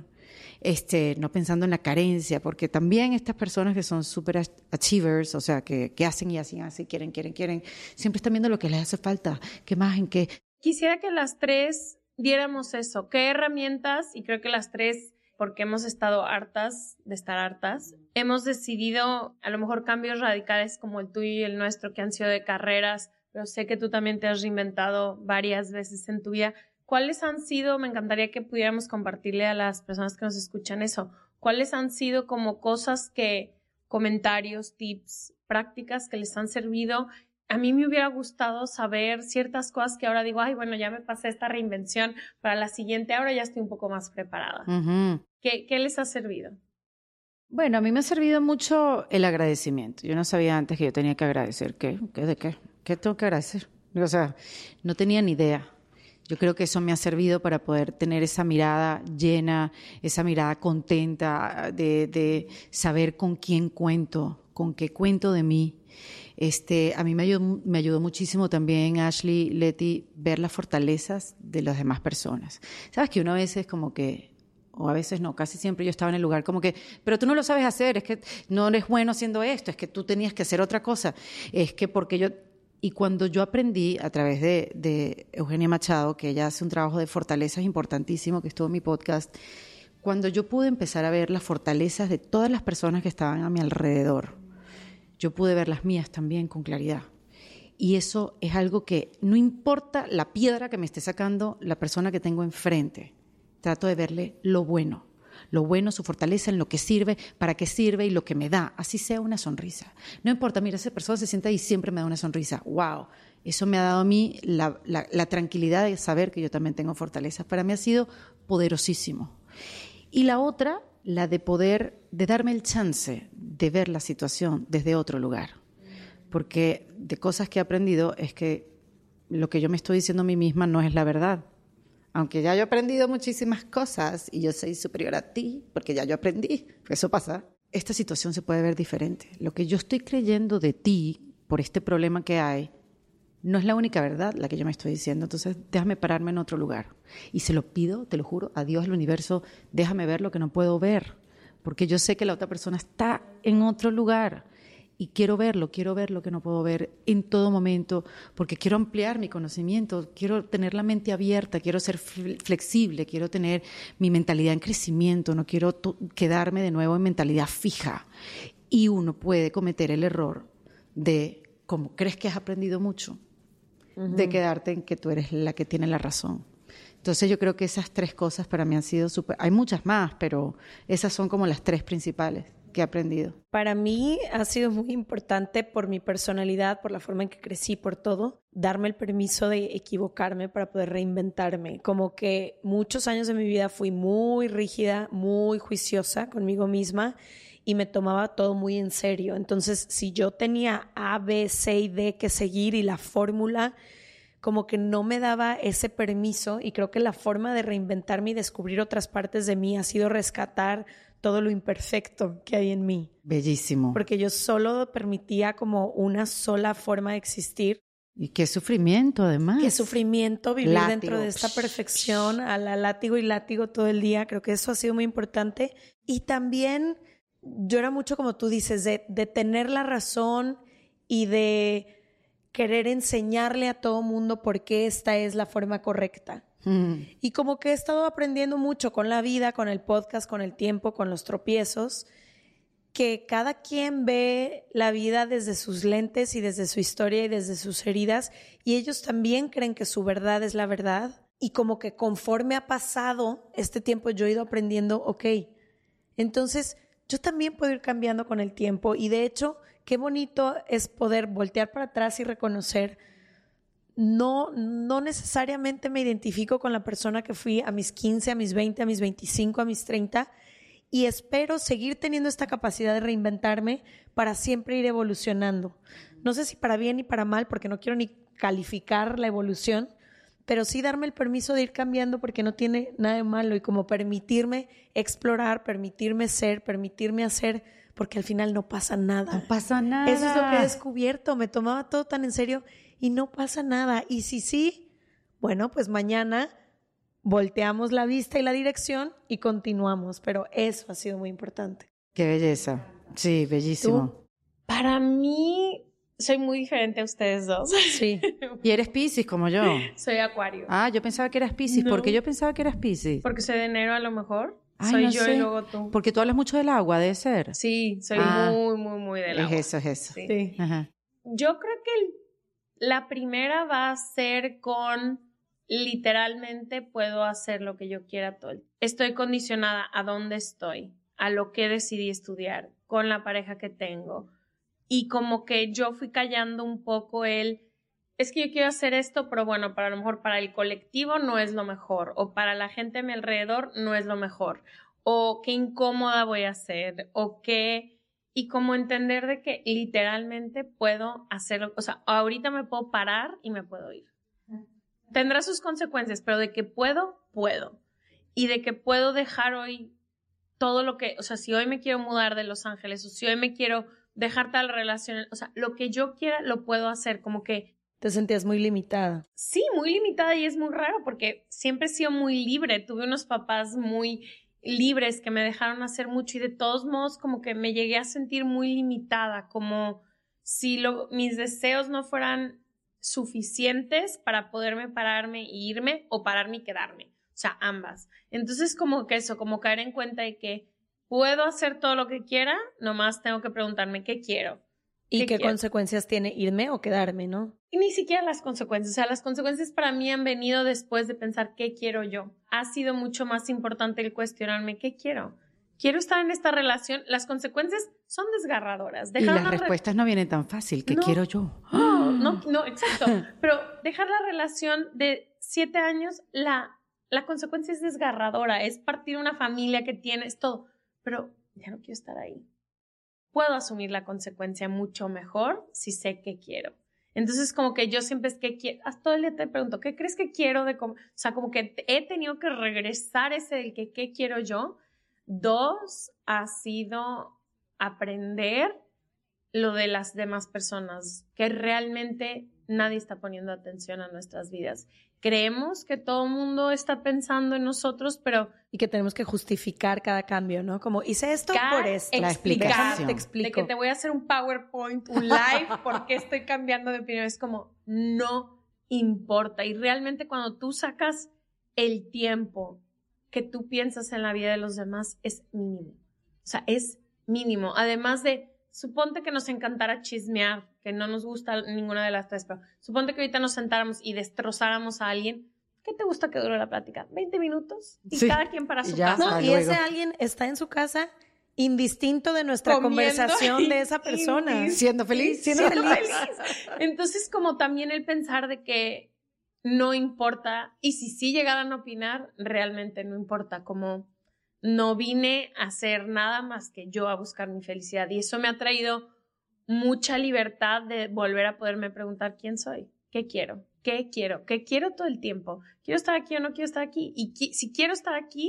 [SPEAKER 7] no pensando en la carencia, porque también estas personas que son super achievers, o sea, que hacen y hacen, quieren, siempre están viendo lo que les hace falta, qué más, en qué.
[SPEAKER 6] Quisiera que las tres diéramos eso, qué herramientas, y creo que las tres, porque hemos estado hartas de estar hartas, hemos decidido a lo mejor cambios radicales como el tuyo y el nuestro, que han sido de carreras, pero sé que tú también te has reinventado varias veces en tu vida. ¿Cuáles han sido, me encantaría que pudiéramos compartirle a las personas que nos escuchan eso, cuáles han sido como cosas comentarios, tips, prácticas que les han servido? A mí me hubiera gustado saber ciertas cosas que ahora digo, ay, bueno, ya me pasé esta reinvención, para la siguiente ahora ya estoy un poco más preparada.
[SPEAKER 7] Uh-huh.
[SPEAKER 6] ¿Qué les ha servido?
[SPEAKER 7] Bueno, a mí me ha servido mucho el agradecimiento. Yo no sabía antes que yo tenía que agradecer. ¿Qué? ¿De qué? ¿Qué tengo que agradecer? O sea, no tenía ni idea. Yo creo que eso me ha servido para poder tener esa mirada llena, esa mirada contenta de saber con quién cuento, con qué cuento de mí. A mí me ayudó muchísimo también, Ashley, Leti, ver las fortalezas de las demás personas. Sabes que uno a veces como que, o a veces no, casi siempre yo estaba en el lugar como que, pero tú no lo sabes hacer, es que no eres bueno haciendo esto, es que tú tenías que hacer otra cosa, es que porque yo... Y cuando yo aprendí a través de Eugenia Machado, que ella hace un trabajo de fortalezas importantísimo, que estuvo en mi podcast, cuando yo pude empezar a ver las fortalezas de todas las personas que estaban a mi alrededor, yo pude ver las mías también con claridad. Y eso es algo que no importa la piedra que me esté sacando la persona que tengo enfrente, trato de verle lo bueno, su fortaleza, en lo que sirve, para qué sirve y lo que me da, así sea una sonrisa. No importa, mira, esa persona se sienta y siempre me da una sonrisa. ¡Wow! Eso me ha dado a mí la tranquilidad de saber que yo también tengo fortalezas. Para mí ha sido poderosísimo. Y la otra, la de darme el chance de ver la situación desde otro lugar. Porque de cosas que he aprendido es que lo que yo me estoy diciendo a mí misma no es la verdad. Aunque ya yo he aprendido muchísimas cosas y yo soy superior a ti, porque ya yo aprendí, eso pasa. Esta situación se puede ver diferente. Lo que yo estoy creyendo de ti por este problema que hay no es la única verdad la que yo me estoy diciendo. Entonces déjame pararme en otro lugar. Y se lo pido, te lo juro, a Dios, al universo, déjame ver lo que no puedo ver. Porque yo sé que la otra persona está en otro lugar. Y quiero ver lo que no puedo ver en todo momento, porque quiero ampliar mi conocimiento, quiero tener la mente abierta, quiero ser flexible, quiero tener mi mentalidad en crecimiento, no quiero quedarme de nuevo en mentalidad fija. Y uno puede cometer el error de, como crees que has aprendido mucho, de quedarte en que tú eres la que tiene la razón. Entonces yo creo que esas tres cosas para mí han sido súper... Hay muchas más, pero esas son como las tres principales que he aprendido.
[SPEAKER 1] Para mí ha sido muy importante por mi personalidad, por la forma en que crecí, por todo, darme el permiso de equivocarme para poder reinventarme. Como que muchos años de mi vida fui muy rígida, muy juiciosa conmigo misma y me tomaba todo muy en serio. Entonces, si yo tenía A, B, C y D que seguir y la fórmula, como que no me daba ese permiso, y creo que la forma de reinventarme y descubrir otras partes de mí ha sido rescatar todo lo imperfecto que hay en mí.
[SPEAKER 7] Bellísimo.
[SPEAKER 1] Porque yo solo permitía como una sola forma de existir.
[SPEAKER 7] Y qué sufrimiento, además.
[SPEAKER 1] Qué sufrimiento vivir
[SPEAKER 7] Látigo.
[SPEAKER 1] dentro de esta perfección, a la látigo y látigo todo el día. Creo que eso ha sido muy importante. Y también yo era mucho, como tú dices, de tener la razón y de querer enseñarle a todo mundo por qué esta es la forma correcta. Y como que he estado aprendiendo mucho con la vida, con el podcast, con el tiempo, con los tropiezos, que cada quien ve la vida desde sus lentes y desde su historia y desde sus heridas, y ellos también creen que su verdad es la verdad. Y como que conforme ha pasado este tiempo, yo he ido aprendiendo, ok, entonces yo también puedo ir cambiando con el tiempo. Y de hecho, qué bonito es poder voltear para atrás y reconocer, no necesariamente me identifico con la persona que fui a mis 15, a mis 20, a mis 25, a mis 30, y espero seguir teniendo esta capacidad de reinventarme para siempre ir evolucionando. No sé si para bien ni para mal, porque no quiero ni calificar la evolución, pero sí darme el permiso de ir cambiando, porque no tiene nada de malo, y como permitirme explorar, permitirme ser, permitirme hacer, porque al final no pasa nada.
[SPEAKER 7] No pasa nada.
[SPEAKER 1] Eso es lo que he descubierto. Me tomaba todo tan en serio y no pasa nada. Y si sí, bueno, pues mañana volteamos la vista y la dirección y continuamos. Pero eso ha sido muy importante.
[SPEAKER 7] Qué belleza. Sí, bellísimo.
[SPEAKER 1] ¿Tú?
[SPEAKER 6] Para mí, soy muy diferente a ustedes dos.
[SPEAKER 1] Sí.
[SPEAKER 7] Y eres Piscis como yo.
[SPEAKER 6] Soy Acuario.
[SPEAKER 7] Ah, yo pensaba que eras Piscis.
[SPEAKER 6] No.
[SPEAKER 7] ¿Por qué yo pensaba que eras Piscis?
[SPEAKER 6] Porque soy de enero a lo mejor.
[SPEAKER 7] Ay,
[SPEAKER 6] soy
[SPEAKER 7] no
[SPEAKER 6] yo
[SPEAKER 7] sé.
[SPEAKER 6] y luego tú.
[SPEAKER 7] Porque tú hablas mucho del agua, debe ser.
[SPEAKER 6] Sí, soy muy del agua.
[SPEAKER 7] Es eso.
[SPEAKER 6] Sí.
[SPEAKER 7] Ajá.
[SPEAKER 6] Yo creo que la primera va a ser con literalmente puedo hacer lo que yo quiera todo el tiempo. Estoy condicionada a dónde estoy, a lo que decidí estudiar, con la pareja que tengo. Y como que yo fui callando un poco es que yo quiero hacer esto, pero bueno, para a lo mejor para el colectivo no es lo mejor, o para la gente a mi alrededor no es lo mejor, o qué incómoda voy a ser, o qué, y como entender de que literalmente puedo hacerlo, o sea, ahorita me puedo parar y me puedo ir. Tendrá sus consecuencias, pero de que puedo, y de que puedo dejar hoy todo lo que, o sea, si hoy me quiero mudar de Los Ángeles, o si hoy me quiero dejar tal relación, o sea, lo que yo quiera lo puedo hacer, como que
[SPEAKER 1] ¿Te sentías muy limitada?
[SPEAKER 6] sí, muy limitada, y es muy raro porque siempre he sido muy libre. Tuve unos papás muy libres que me dejaron hacer mucho y de todos modos como que me llegué a sentir muy limitada, como si mis deseos no fueran suficientes para poderme pararme e irme, o pararme y quedarme. O sea, ambas. Entonces como que eso, como caer en cuenta de que puedo hacer todo lo que quiera, nomás tengo que preguntarme qué quiero.
[SPEAKER 1] ¿Y qué
[SPEAKER 6] quiero?
[SPEAKER 1] consecuencias tiene irme o quedarme, no?
[SPEAKER 6] Y ni siquiera las consecuencias. O sea, las consecuencias para mí han venido después de pensar qué quiero yo. Ha sido mucho más importante el cuestionarme qué quiero. ¿Quiero estar en esta relación? Las consecuencias son desgarradoras.
[SPEAKER 7] Y las respuestas no vienen tan fácil. ¿Qué quiero yo?
[SPEAKER 6] No, exacto. Pero dejar la relación de 7 años, la consecuencia es desgarradora. Es partir una familia que tienes, todo. Pero ya no quiero estar ahí. Puedo asumir la consecuencia mucho mejor si sé qué quiero. Entonces, como que yo siempre es que quiero, hasta todo el día te pregunto, ¿qué crees que quiero? O sea, como que he tenido que regresar ese del que qué quiero yo. 2, ha sido aprender lo de las demás personas, que realmente nadie está poniendo atención a nuestras vidas. Creemos que todo el mundo está pensando en nosotros, pero...
[SPEAKER 1] Y que tenemos que justificar cada cambio, ¿no? Como, hice esto por esto.
[SPEAKER 7] La explicación.
[SPEAKER 1] Te explico.
[SPEAKER 6] De que te voy a hacer un PowerPoint, un live, porque estoy cambiando de opinión. Es como, no importa. Y realmente cuando tú sacas el tiempo que tú piensas en la vida de los demás, es mínimo. O sea, es mínimo. Además de, suponte que nos encantara chismear, que no nos gusta ninguna de las tres, pero suponte que ahorita nos sentáramos y destrozáramos a alguien. ¿Qué te gusta que dure la plática? 20 minutos y sí, cada quien para su casa.
[SPEAKER 1] No, y ese alguien está en su casa indistinto de nuestra conversación de esa persona.
[SPEAKER 7] Siendo feliz.
[SPEAKER 1] Siendo feliz.
[SPEAKER 6] Entonces, como también el pensar de que no importa, y si sí llegaran a opinar, realmente no importa, como no vine a hacer nada más que yo a buscar mi felicidad. Y eso me ha traído mucha libertad de volver a poderme preguntar quién soy, qué quiero. ¿Qué quiero? ¿Qué quiero todo el tiempo? ¿Quiero estar aquí o no quiero estar aquí? Y si quiero estar aquí,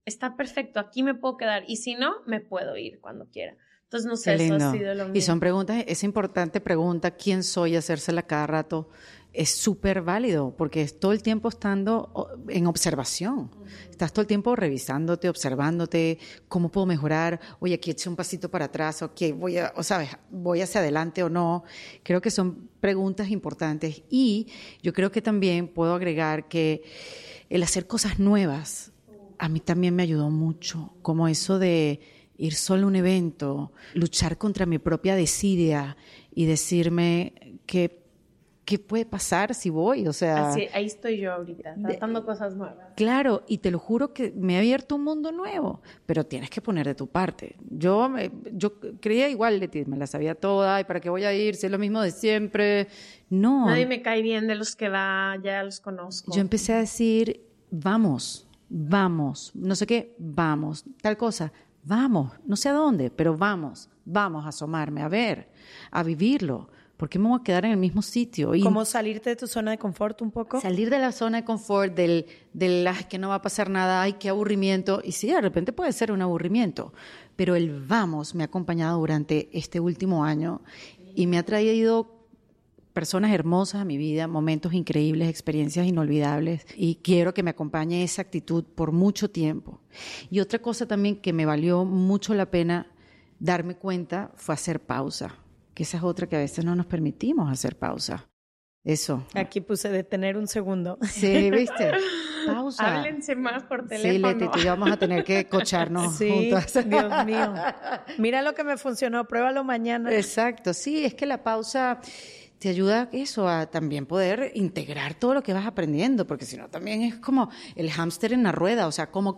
[SPEAKER 6] está perfecto, aquí me puedo quedar. Y si no, me puedo ir cuando quiera. Entonces, no sé,
[SPEAKER 7] Qué lindo.
[SPEAKER 6] eso ha sido lo mío.
[SPEAKER 7] Y son preguntas, esa importante pregunta, ¿quién soy? Hacérsela cada rato es súper válido, porque es todo el tiempo estando en observación. Estás todo el tiempo revisándote, observándote, cómo puedo mejorar, oye, aquí eché un pasito para atrás, ok, voy hacia adelante o no. Creo que son preguntas importantes. Y yo creo que también puedo agregar que el hacer cosas nuevas a mí también me ayudó mucho, como eso de ir solo a un evento, luchar contra mi propia desidia y decirme que ¿qué puede pasar si voy? O sea,
[SPEAKER 6] así, ahí estoy yo ahorita, tratando cosas nuevas.
[SPEAKER 7] Claro, y te lo juro que me ha abierto un mundo nuevo, pero tienes que poner de tu parte. Yo creía igual, Leti, me la sabía toda, ¿y para qué voy a ir? Si es lo mismo de siempre. No.
[SPEAKER 6] Nadie me cae bien de los que va, ya los conozco.
[SPEAKER 7] Yo empecé a decir, vamos, no sé qué, vamos, tal cosa, vamos, no sé a dónde, pero vamos a asomarme, a ver, a vivirlo. ¿Por qué me voy a quedar en el mismo sitio?
[SPEAKER 1] ¿Cómo salirte de tu zona de confort un poco?
[SPEAKER 7] Salir de la zona de confort, del ay, que no va a pasar nada, ay, qué aburrimiento. Y sí, de repente puede ser un aburrimiento, pero el vamos me ha acompañado durante este último año y me ha traído personas hermosas a mi vida, momentos increíbles, experiencias inolvidables, y quiero que me acompañe esa actitud por mucho tiempo. Y otra cosa también que me valió mucho la pena darme cuenta fue hacer pausa. Que esa es otra que a veces no nos permitimos hacer pausa. Eso.
[SPEAKER 1] Aquí puse detener un segundo.
[SPEAKER 7] Sí, ¿viste? Pausa.
[SPEAKER 6] Háblense más por teléfono.
[SPEAKER 7] Sí, Leti, tú y yo vamos a tener que cocharnos juntos.
[SPEAKER 1] Dios mío. Mira lo que me funcionó, pruébalo mañana.
[SPEAKER 7] Exacto, sí, es que la pausa te ayuda eso, a también poder integrar todo lo que vas aprendiendo, porque si no también es como el hámster en la rueda, o sea, como,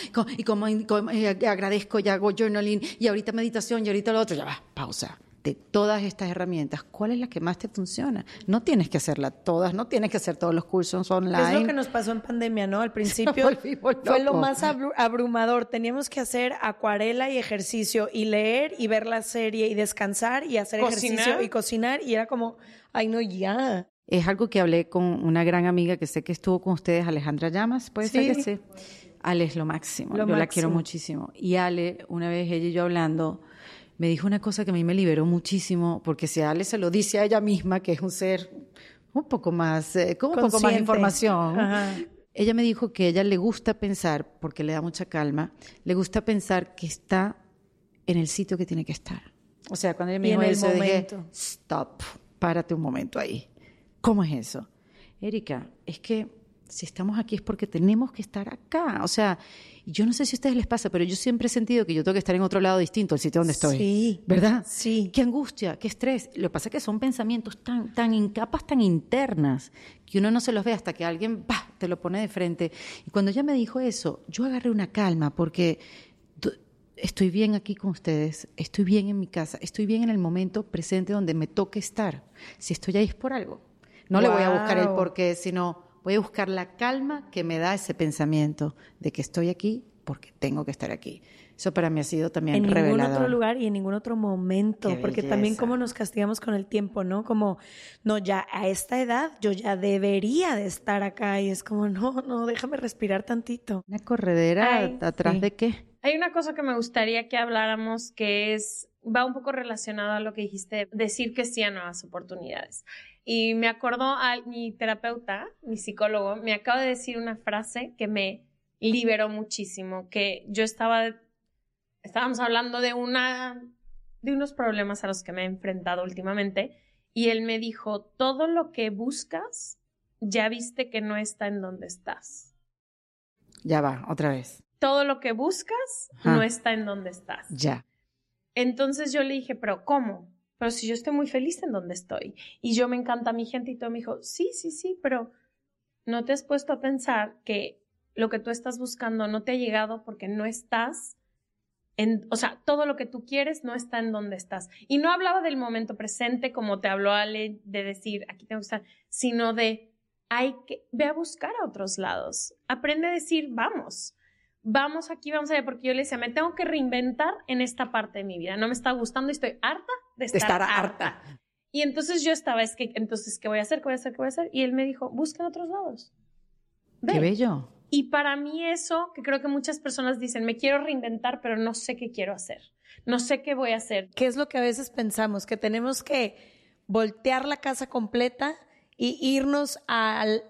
[SPEAKER 7] y agradezco, y hago journaling, y ahorita meditación, y ahorita lo otro, ya va, pausa. De todas estas herramientas, ¿cuál es la que más te funciona? No tienes que hacerlas todas, no tienes que hacer todos los cursos online.
[SPEAKER 1] Es lo que nos pasó en pandemia, ¿no? Al principio fue lo más abrumador. Teníamos que hacer acuarela y ejercicio, y leer, y ver la serie, y descansar, y hacer ejercicio, y cocinar, y era como, ay, no, ya.
[SPEAKER 7] Es algo que hablé con una gran amiga que sé que estuvo con ustedes, Alejandra Llamas, ¿puede ser que sí? Ale es lo máximo, la quiero muchísimo. Y Ale, una vez ella y yo hablando, me dijo una cosa que a mí me liberó muchísimo, porque si Ale se lo dice a ella misma, que es un ser un poco más, con un poco más de información. Ajá. Ella me dijo que a ella le gusta pensar, porque le da mucha calma, le gusta pensar que está en el sitio que tiene que estar. O sea, cuando ella me dijo eso, dije, stop, párate un momento ahí. ¿Cómo es eso? Erika, es que si estamos aquí es porque tenemos que estar acá. O sea, yo no sé si a ustedes les pasa, pero yo siempre he sentido que yo tengo que estar en otro lado distinto al sitio donde estoy.
[SPEAKER 1] Sí.
[SPEAKER 7] ¿Verdad?
[SPEAKER 1] Sí.
[SPEAKER 7] Qué angustia, qué estrés. Lo que pasa es que son pensamientos tan capas tan internas que uno no se los ve hasta que alguien te lo pone de frente. Y cuando ella me dijo eso, yo agarré una calma porque estoy bien aquí con ustedes, estoy bien en mi casa, estoy bien en el momento presente donde me toque estar. Si estoy ahí es por algo. No le voy a buscar el porqué, sino voy a buscar la calma que me da ese pensamiento de que estoy aquí porque tengo que estar aquí. Eso para mí ha sido también revelador.
[SPEAKER 1] En ningún otro lugar y en ningún otro momento. Porque también como nos castigamos con el tiempo, ¿no? Como, no, ya a esta edad yo ya debería de estar acá. Y es como, no, déjame respirar tantito.
[SPEAKER 7] ¿Una corredera atrás de qué?
[SPEAKER 6] Hay una cosa que me gustaría que habláramos que va un poco relacionado a lo que dijiste, decir que sí a nuevas oportunidades. Y me acordó a mi terapeuta, mi psicólogo, me acaba de decir una frase que me liberó muchísimo, que yo estábamos hablando de unos problemas a los que me he enfrentado últimamente, y él me dijo, todo lo que buscas, ya viste que no está en donde estás.
[SPEAKER 7] Ya va, otra vez.
[SPEAKER 6] Todo lo que buscas no está en donde estás.
[SPEAKER 7] Ya.
[SPEAKER 6] Entonces yo le dije, ¿pero cómo? Pero si yo estoy muy feliz en donde estoy y yo me encanta mi gente y todo, me dijo, sí, pero no te has puesto a pensar que lo que tú estás buscando no te ha llegado porque no estás o sea, todo lo que tú quieres no está en donde estás. Y no hablaba del momento presente como te habló Ale de decir, aquí tengo que estar, sino de, ve a buscar a otros lados. Aprende a decir, vamos aquí, vamos allá, porque yo le decía, me tengo que reinventar en esta parte de mi vida. No me está gustando y estoy harta de estar harta. Y entonces yo estaba, entonces, ¿qué voy a hacer? Y él me dijo, busca en otros lados. Ve.
[SPEAKER 7] Qué bello.
[SPEAKER 6] Y para mí eso, que creo que muchas personas dicen, me quiero reinventar, pero no sé qué quiero hacer. No sé qué voy a hacer.
[SPEAKER 1] ¿Qué es lo que a veces pensamos? Que tenemos que voltear la casa completa y irnos al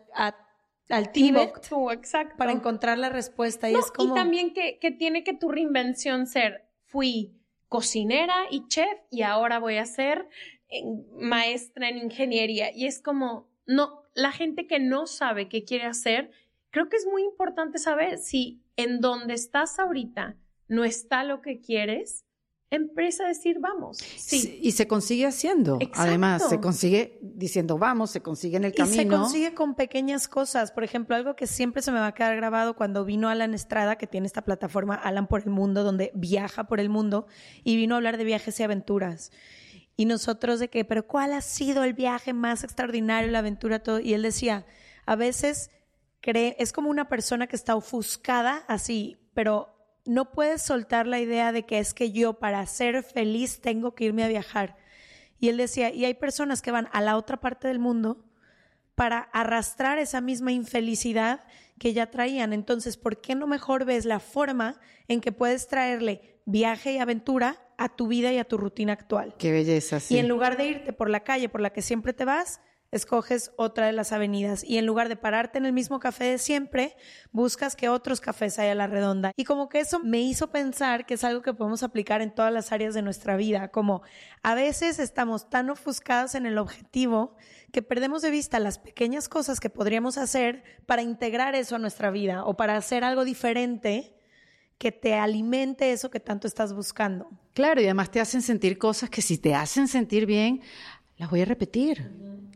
[SPEAKER 1] Tíbet
[SPEAKER 6] exacto,
[SPEAKER 1] para encontrar la respuesta. Y
[SPEAKER 6] no,
[SPEAKER 1] es como...
[SPEAKER 6] Y también que tiene que tu reinvención ser, fui cocinera y chef y ahora voy a ser maestra en ingeniería. Y es como, no, la gente que no sabe qué quiere hacer, creo que es muy importante saber si en donde estás ahorita no está lo que quieres, empieza a decir vamos. Sí.
[SPEAKER 7] Y se consigue haciendo.
[SPEAKER 6] Exacto.
[SPEAKER 7] Además, se consigue diciendo vamos, se consigue en el camino.
[SPEAKER 1] Y se consigue con pequeñas cosas. Por ejemplo, algo que siempre se me va a quedar grabado cuando vino Alan Estrada, que tiene esta plataforma Alan por el Mundo, donde viaja por el mundo y vino a hablar de viajes y aventuras. Y nosotros de que, pero ¿cuál ha sido el viaje más extraordinario, la aventura, todo? Y él decía, a veces es como una persona que está ofuscada así, pero no puedes soltar la idea de que es que yo para ser feliz tengo que irme a viajar. Y él decía, y hay personas que van a la otra parte del mundo para arrastrar esa misma infelicidad que ya traían. Entonces, ¿por qué no mejor ves la forma en que puedes traerle viaje y aventura a tu vida y a tu rutina actual?
[SPEAKER 7] Qué belleza, sí.
[SPEAKER 1] Y en lugar de irte por la calle por la que siempre te vas, escoges otra de las avenidas y en lugar de pararte en el mismo café de siempre, buscas que otros cafés hay a la redonda. Y como que eso me hizo pensar que es algo que podemos aplicar en todas las áreas de nuestra vida, como a veces estamos tan ofuscados en el objetivo que perdemos de vista las pequeñas cosas que podríamos hacer para integrar eso a nuestra vida o para hacer algo diferente que te alimente eso que tanto estás buscando.
[SPEAKER 7] Claro, y además te hacen sentir cosas que si te hacen sentir bien, las voy a repetir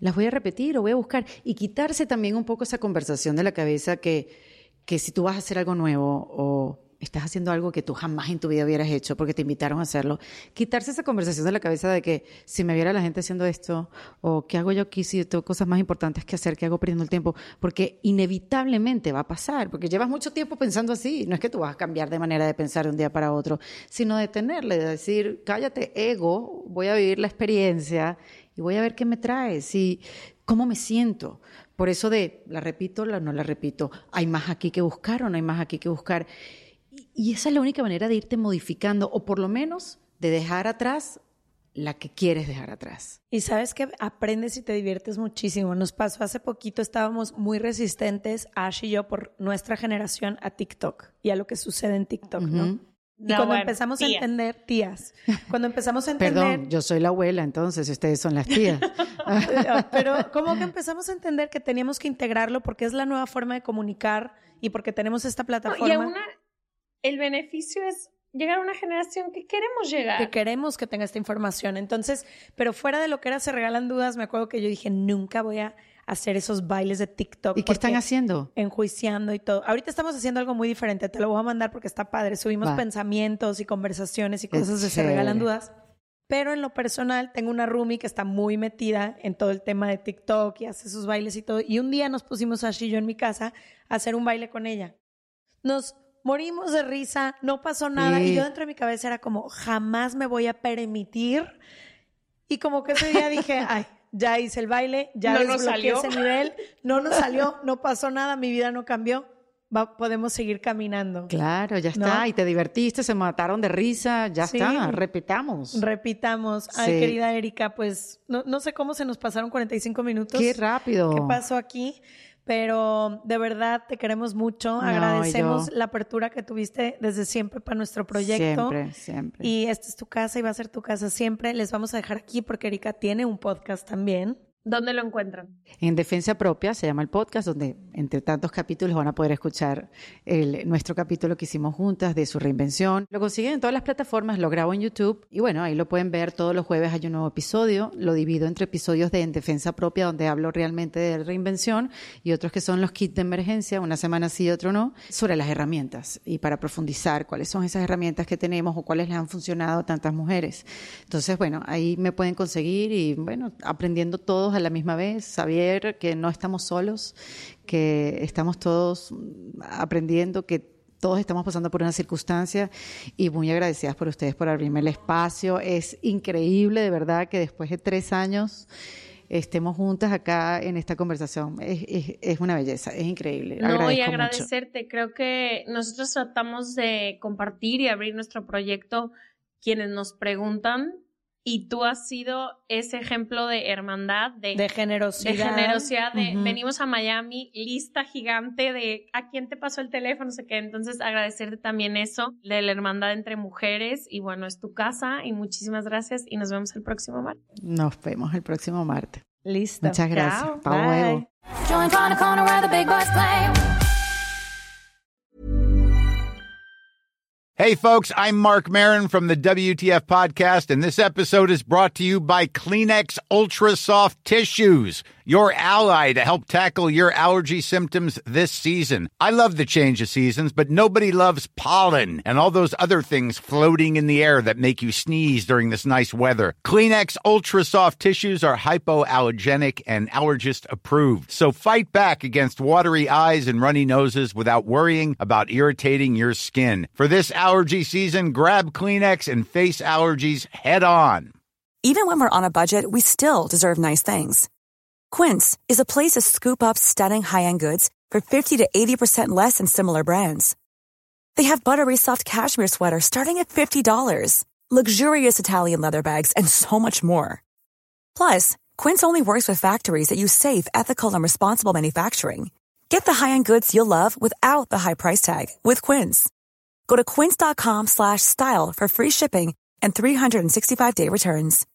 [SPEAKER 7] o voy a buscar. Y quitarse también un poco esa conversación de la cabeza que si tú vas a hacer algo nuevo o estás haciendo algo que tú jamás en tu vida hubieras hecho porque te invitaron a hacerlo, quitarse esa conversación de la cabeza de que si me viera la gente haciendo esto o qué hago yo aquí si tengo cosas más importantes que hacer, qué hago perdiendo el tiempo, porque inevitablemente va a pasar, porque llevas mucho tiempo pensando así. No es que tú vas a cambiar de manera de pensar de un día para otro, sino de tenerle, de decir, cállate ego, voy a vivir la experiencia y voy a ver qué me traes y cómo me siento. Por eso de, ¿la repito o no la repito? ¿Hay más aquí que buscar o no hay más aquí que buscar? Y esa es la única manera de irte modificando, o por lo menos de dejar atrás la que quieres dejar atrás.
[SPEAKER 1] Y sabes que aprendes y te diviertes muchísimo. Nos pasó hace poquito, estábamos muy resistentes, Ash y yo, por nuestra generación, a TikTok y a lo que sucede en TikTok, ¿no? Y cuando empezamos a entender, tías, cuando empezamos a entender...
[SPEAKER 7] Perdón, yo soy la abuela, entonces ustedes son las tías.
[SPEAKER 1] Pero como que empezamos a entender que teníamos que integrarlo porque es la nueva forma de comunicar y porque tenemos esta plataforma.
[SPEAKER 6] Y aún el beneficio es llegar a una generación que queremos llegar.
[SPEAKER 1] Que queremos que tenga esta información. Entonces, pero fuera de lo que era Se Regalan Dudas, me acuerdo que yo dije, nunca voy a hacer esos bailes de TikTok.
[SPEAKER 7] ¿Y qué están haciendo?
[SPEAKER 1] Enjuiciando y todo. Ahorita estamos haciendo algo muy diferente. Te lo voy a mandar porque está padre. Subimos pensamientos y conversaciones y cosas de Se Regalan Dudas. Pero en lo personal tengo una roomie que está muy metida en todo el tema de TikTok y hace sus bailes y todo. Y un día nos pusimos Ash y yo en mi casa a hacer un baile con ella. Nos morimos de risa, no pasó nada. Sí. Y yo dentro de mi cabeza era como, jamás me voy a permitir. Y como que ese día dije, ay, ya hice el baile, ya desbloqueé ese nivel, no nos salió, no pasó nada, mi vida no cambió. Podemos seguir caminando.
[SPEAKER 7] Claro, ya está. ¿No? Y te divertiste, se mataron de risa, ya está, repitamos.
[SPEAKER 1] Ay, querida Erika, pues no sé cómo se nos pasaron 45 minutos.
[SPEAKER 7] ¡Qué rápido!
[SPEAKER 1] ¿Qué pasó aquí? Pero de verdad te queremos mucho. Agradecemos la apertura que tuviste desde siempre para nuestro proyecto.
[SPEAKER 7] Siempre.
[SPEAKER 1] Y esta es tu casa y va a ser tu casa siempre. Les vamos a dejar aquí porque Erika tiene un podcast también.
[SPEAKER 6] ¿Dónde lo encuentran?
[SPEAKER 7] En Defensa Propia se llama el podcast, donde entre tantos capítulos van a poder escuchar nuestro capítulo que hicimos juntas de su reinvención. Lo consiguen en todas las plataformas, lo grabo en YouTube y bueno, ahí lo pueden ver. Todos los jueves hay un nuevo episodio. Lo divido entre episodios de En Defensa Propia, donde hablo realmente de reinvención, y otros que son los kits de emergencia, una semana sí, otro no, sobre las herramientas y para profundizar cuáles son esas herramientas que tenemos o cuáles les han funcionado a tantas mujeres. Entonces, bueno, ahí me pueden conseguir y bueno, aprendiendo todos a la misma vez, saber que no estamos solos, que estamos todos aprendiendo, que todos estamos pasando por una circunstancia, y muy agradecidas por ustedes por abrirme el espacio. Es increíble, de verdad, que después de 3 años estemos juntas acá en esta conversación. Es una belleza, es increíble.
[SPEAKER 6] No, y agradecerte.
[SPEAKER 7] Mucho.
[SPEAKER 6] Creo que nosotros tratamos de compartir y abrir nuestro proyecto quienes nos preguntan, y tú has sido ese ejemplo de hermandad, de generosidad, venimos a Miami, lista gigante de a quién te pasó el teléfono, no sé qué. Entonces agradecerte también eso, de la hermandad entre mujeres, y bueno, es tu casa, y muchísimas gracias, y nos vemos el próximo martes.
[SPEAKER 7] Nos vemos el próximo martes.
[SPEAKER 1] Listo.
[SPEAKER 7] Muchas gracias.
[SPEAKER 1] Chao.
[SPEAKER 7] Pa' huevo.
[SPEAKER 11] Hey, folks, I'm Mark Maron from the WTF Podcast, and this episode is brought to you by Kleenex Ultra Soft Tissues, your ally to help tackle your allergy symptoms this season. I love the change of seasons, but nobody loves pollen and all those other things floating in the air that make you sneeze during this nice weather. Kleenex Ultra Soft Tissues are hypoallergenic and allergist approved, so fight back against watery eyes and runny noses without worrying about irritating your skin. For this allergy season, grab Kleenex and face allergies head on.
[SPEAKER 12] Even when we're on a budget, we still deserve nice things. Quince is a place to scoop up stunning high-end goods for 50 to 80% less than similar brands. They have buttery soft cashmere sweaters starting at $50, luxurious Italian leather bags, and so much more. Plus, Quince only works with factories that use safe, ethical, and responsible manufacturing. Get the high-end goods you'll love without the high price tag with Quince. Go to quince.com/style for free shipping and 365-day returns.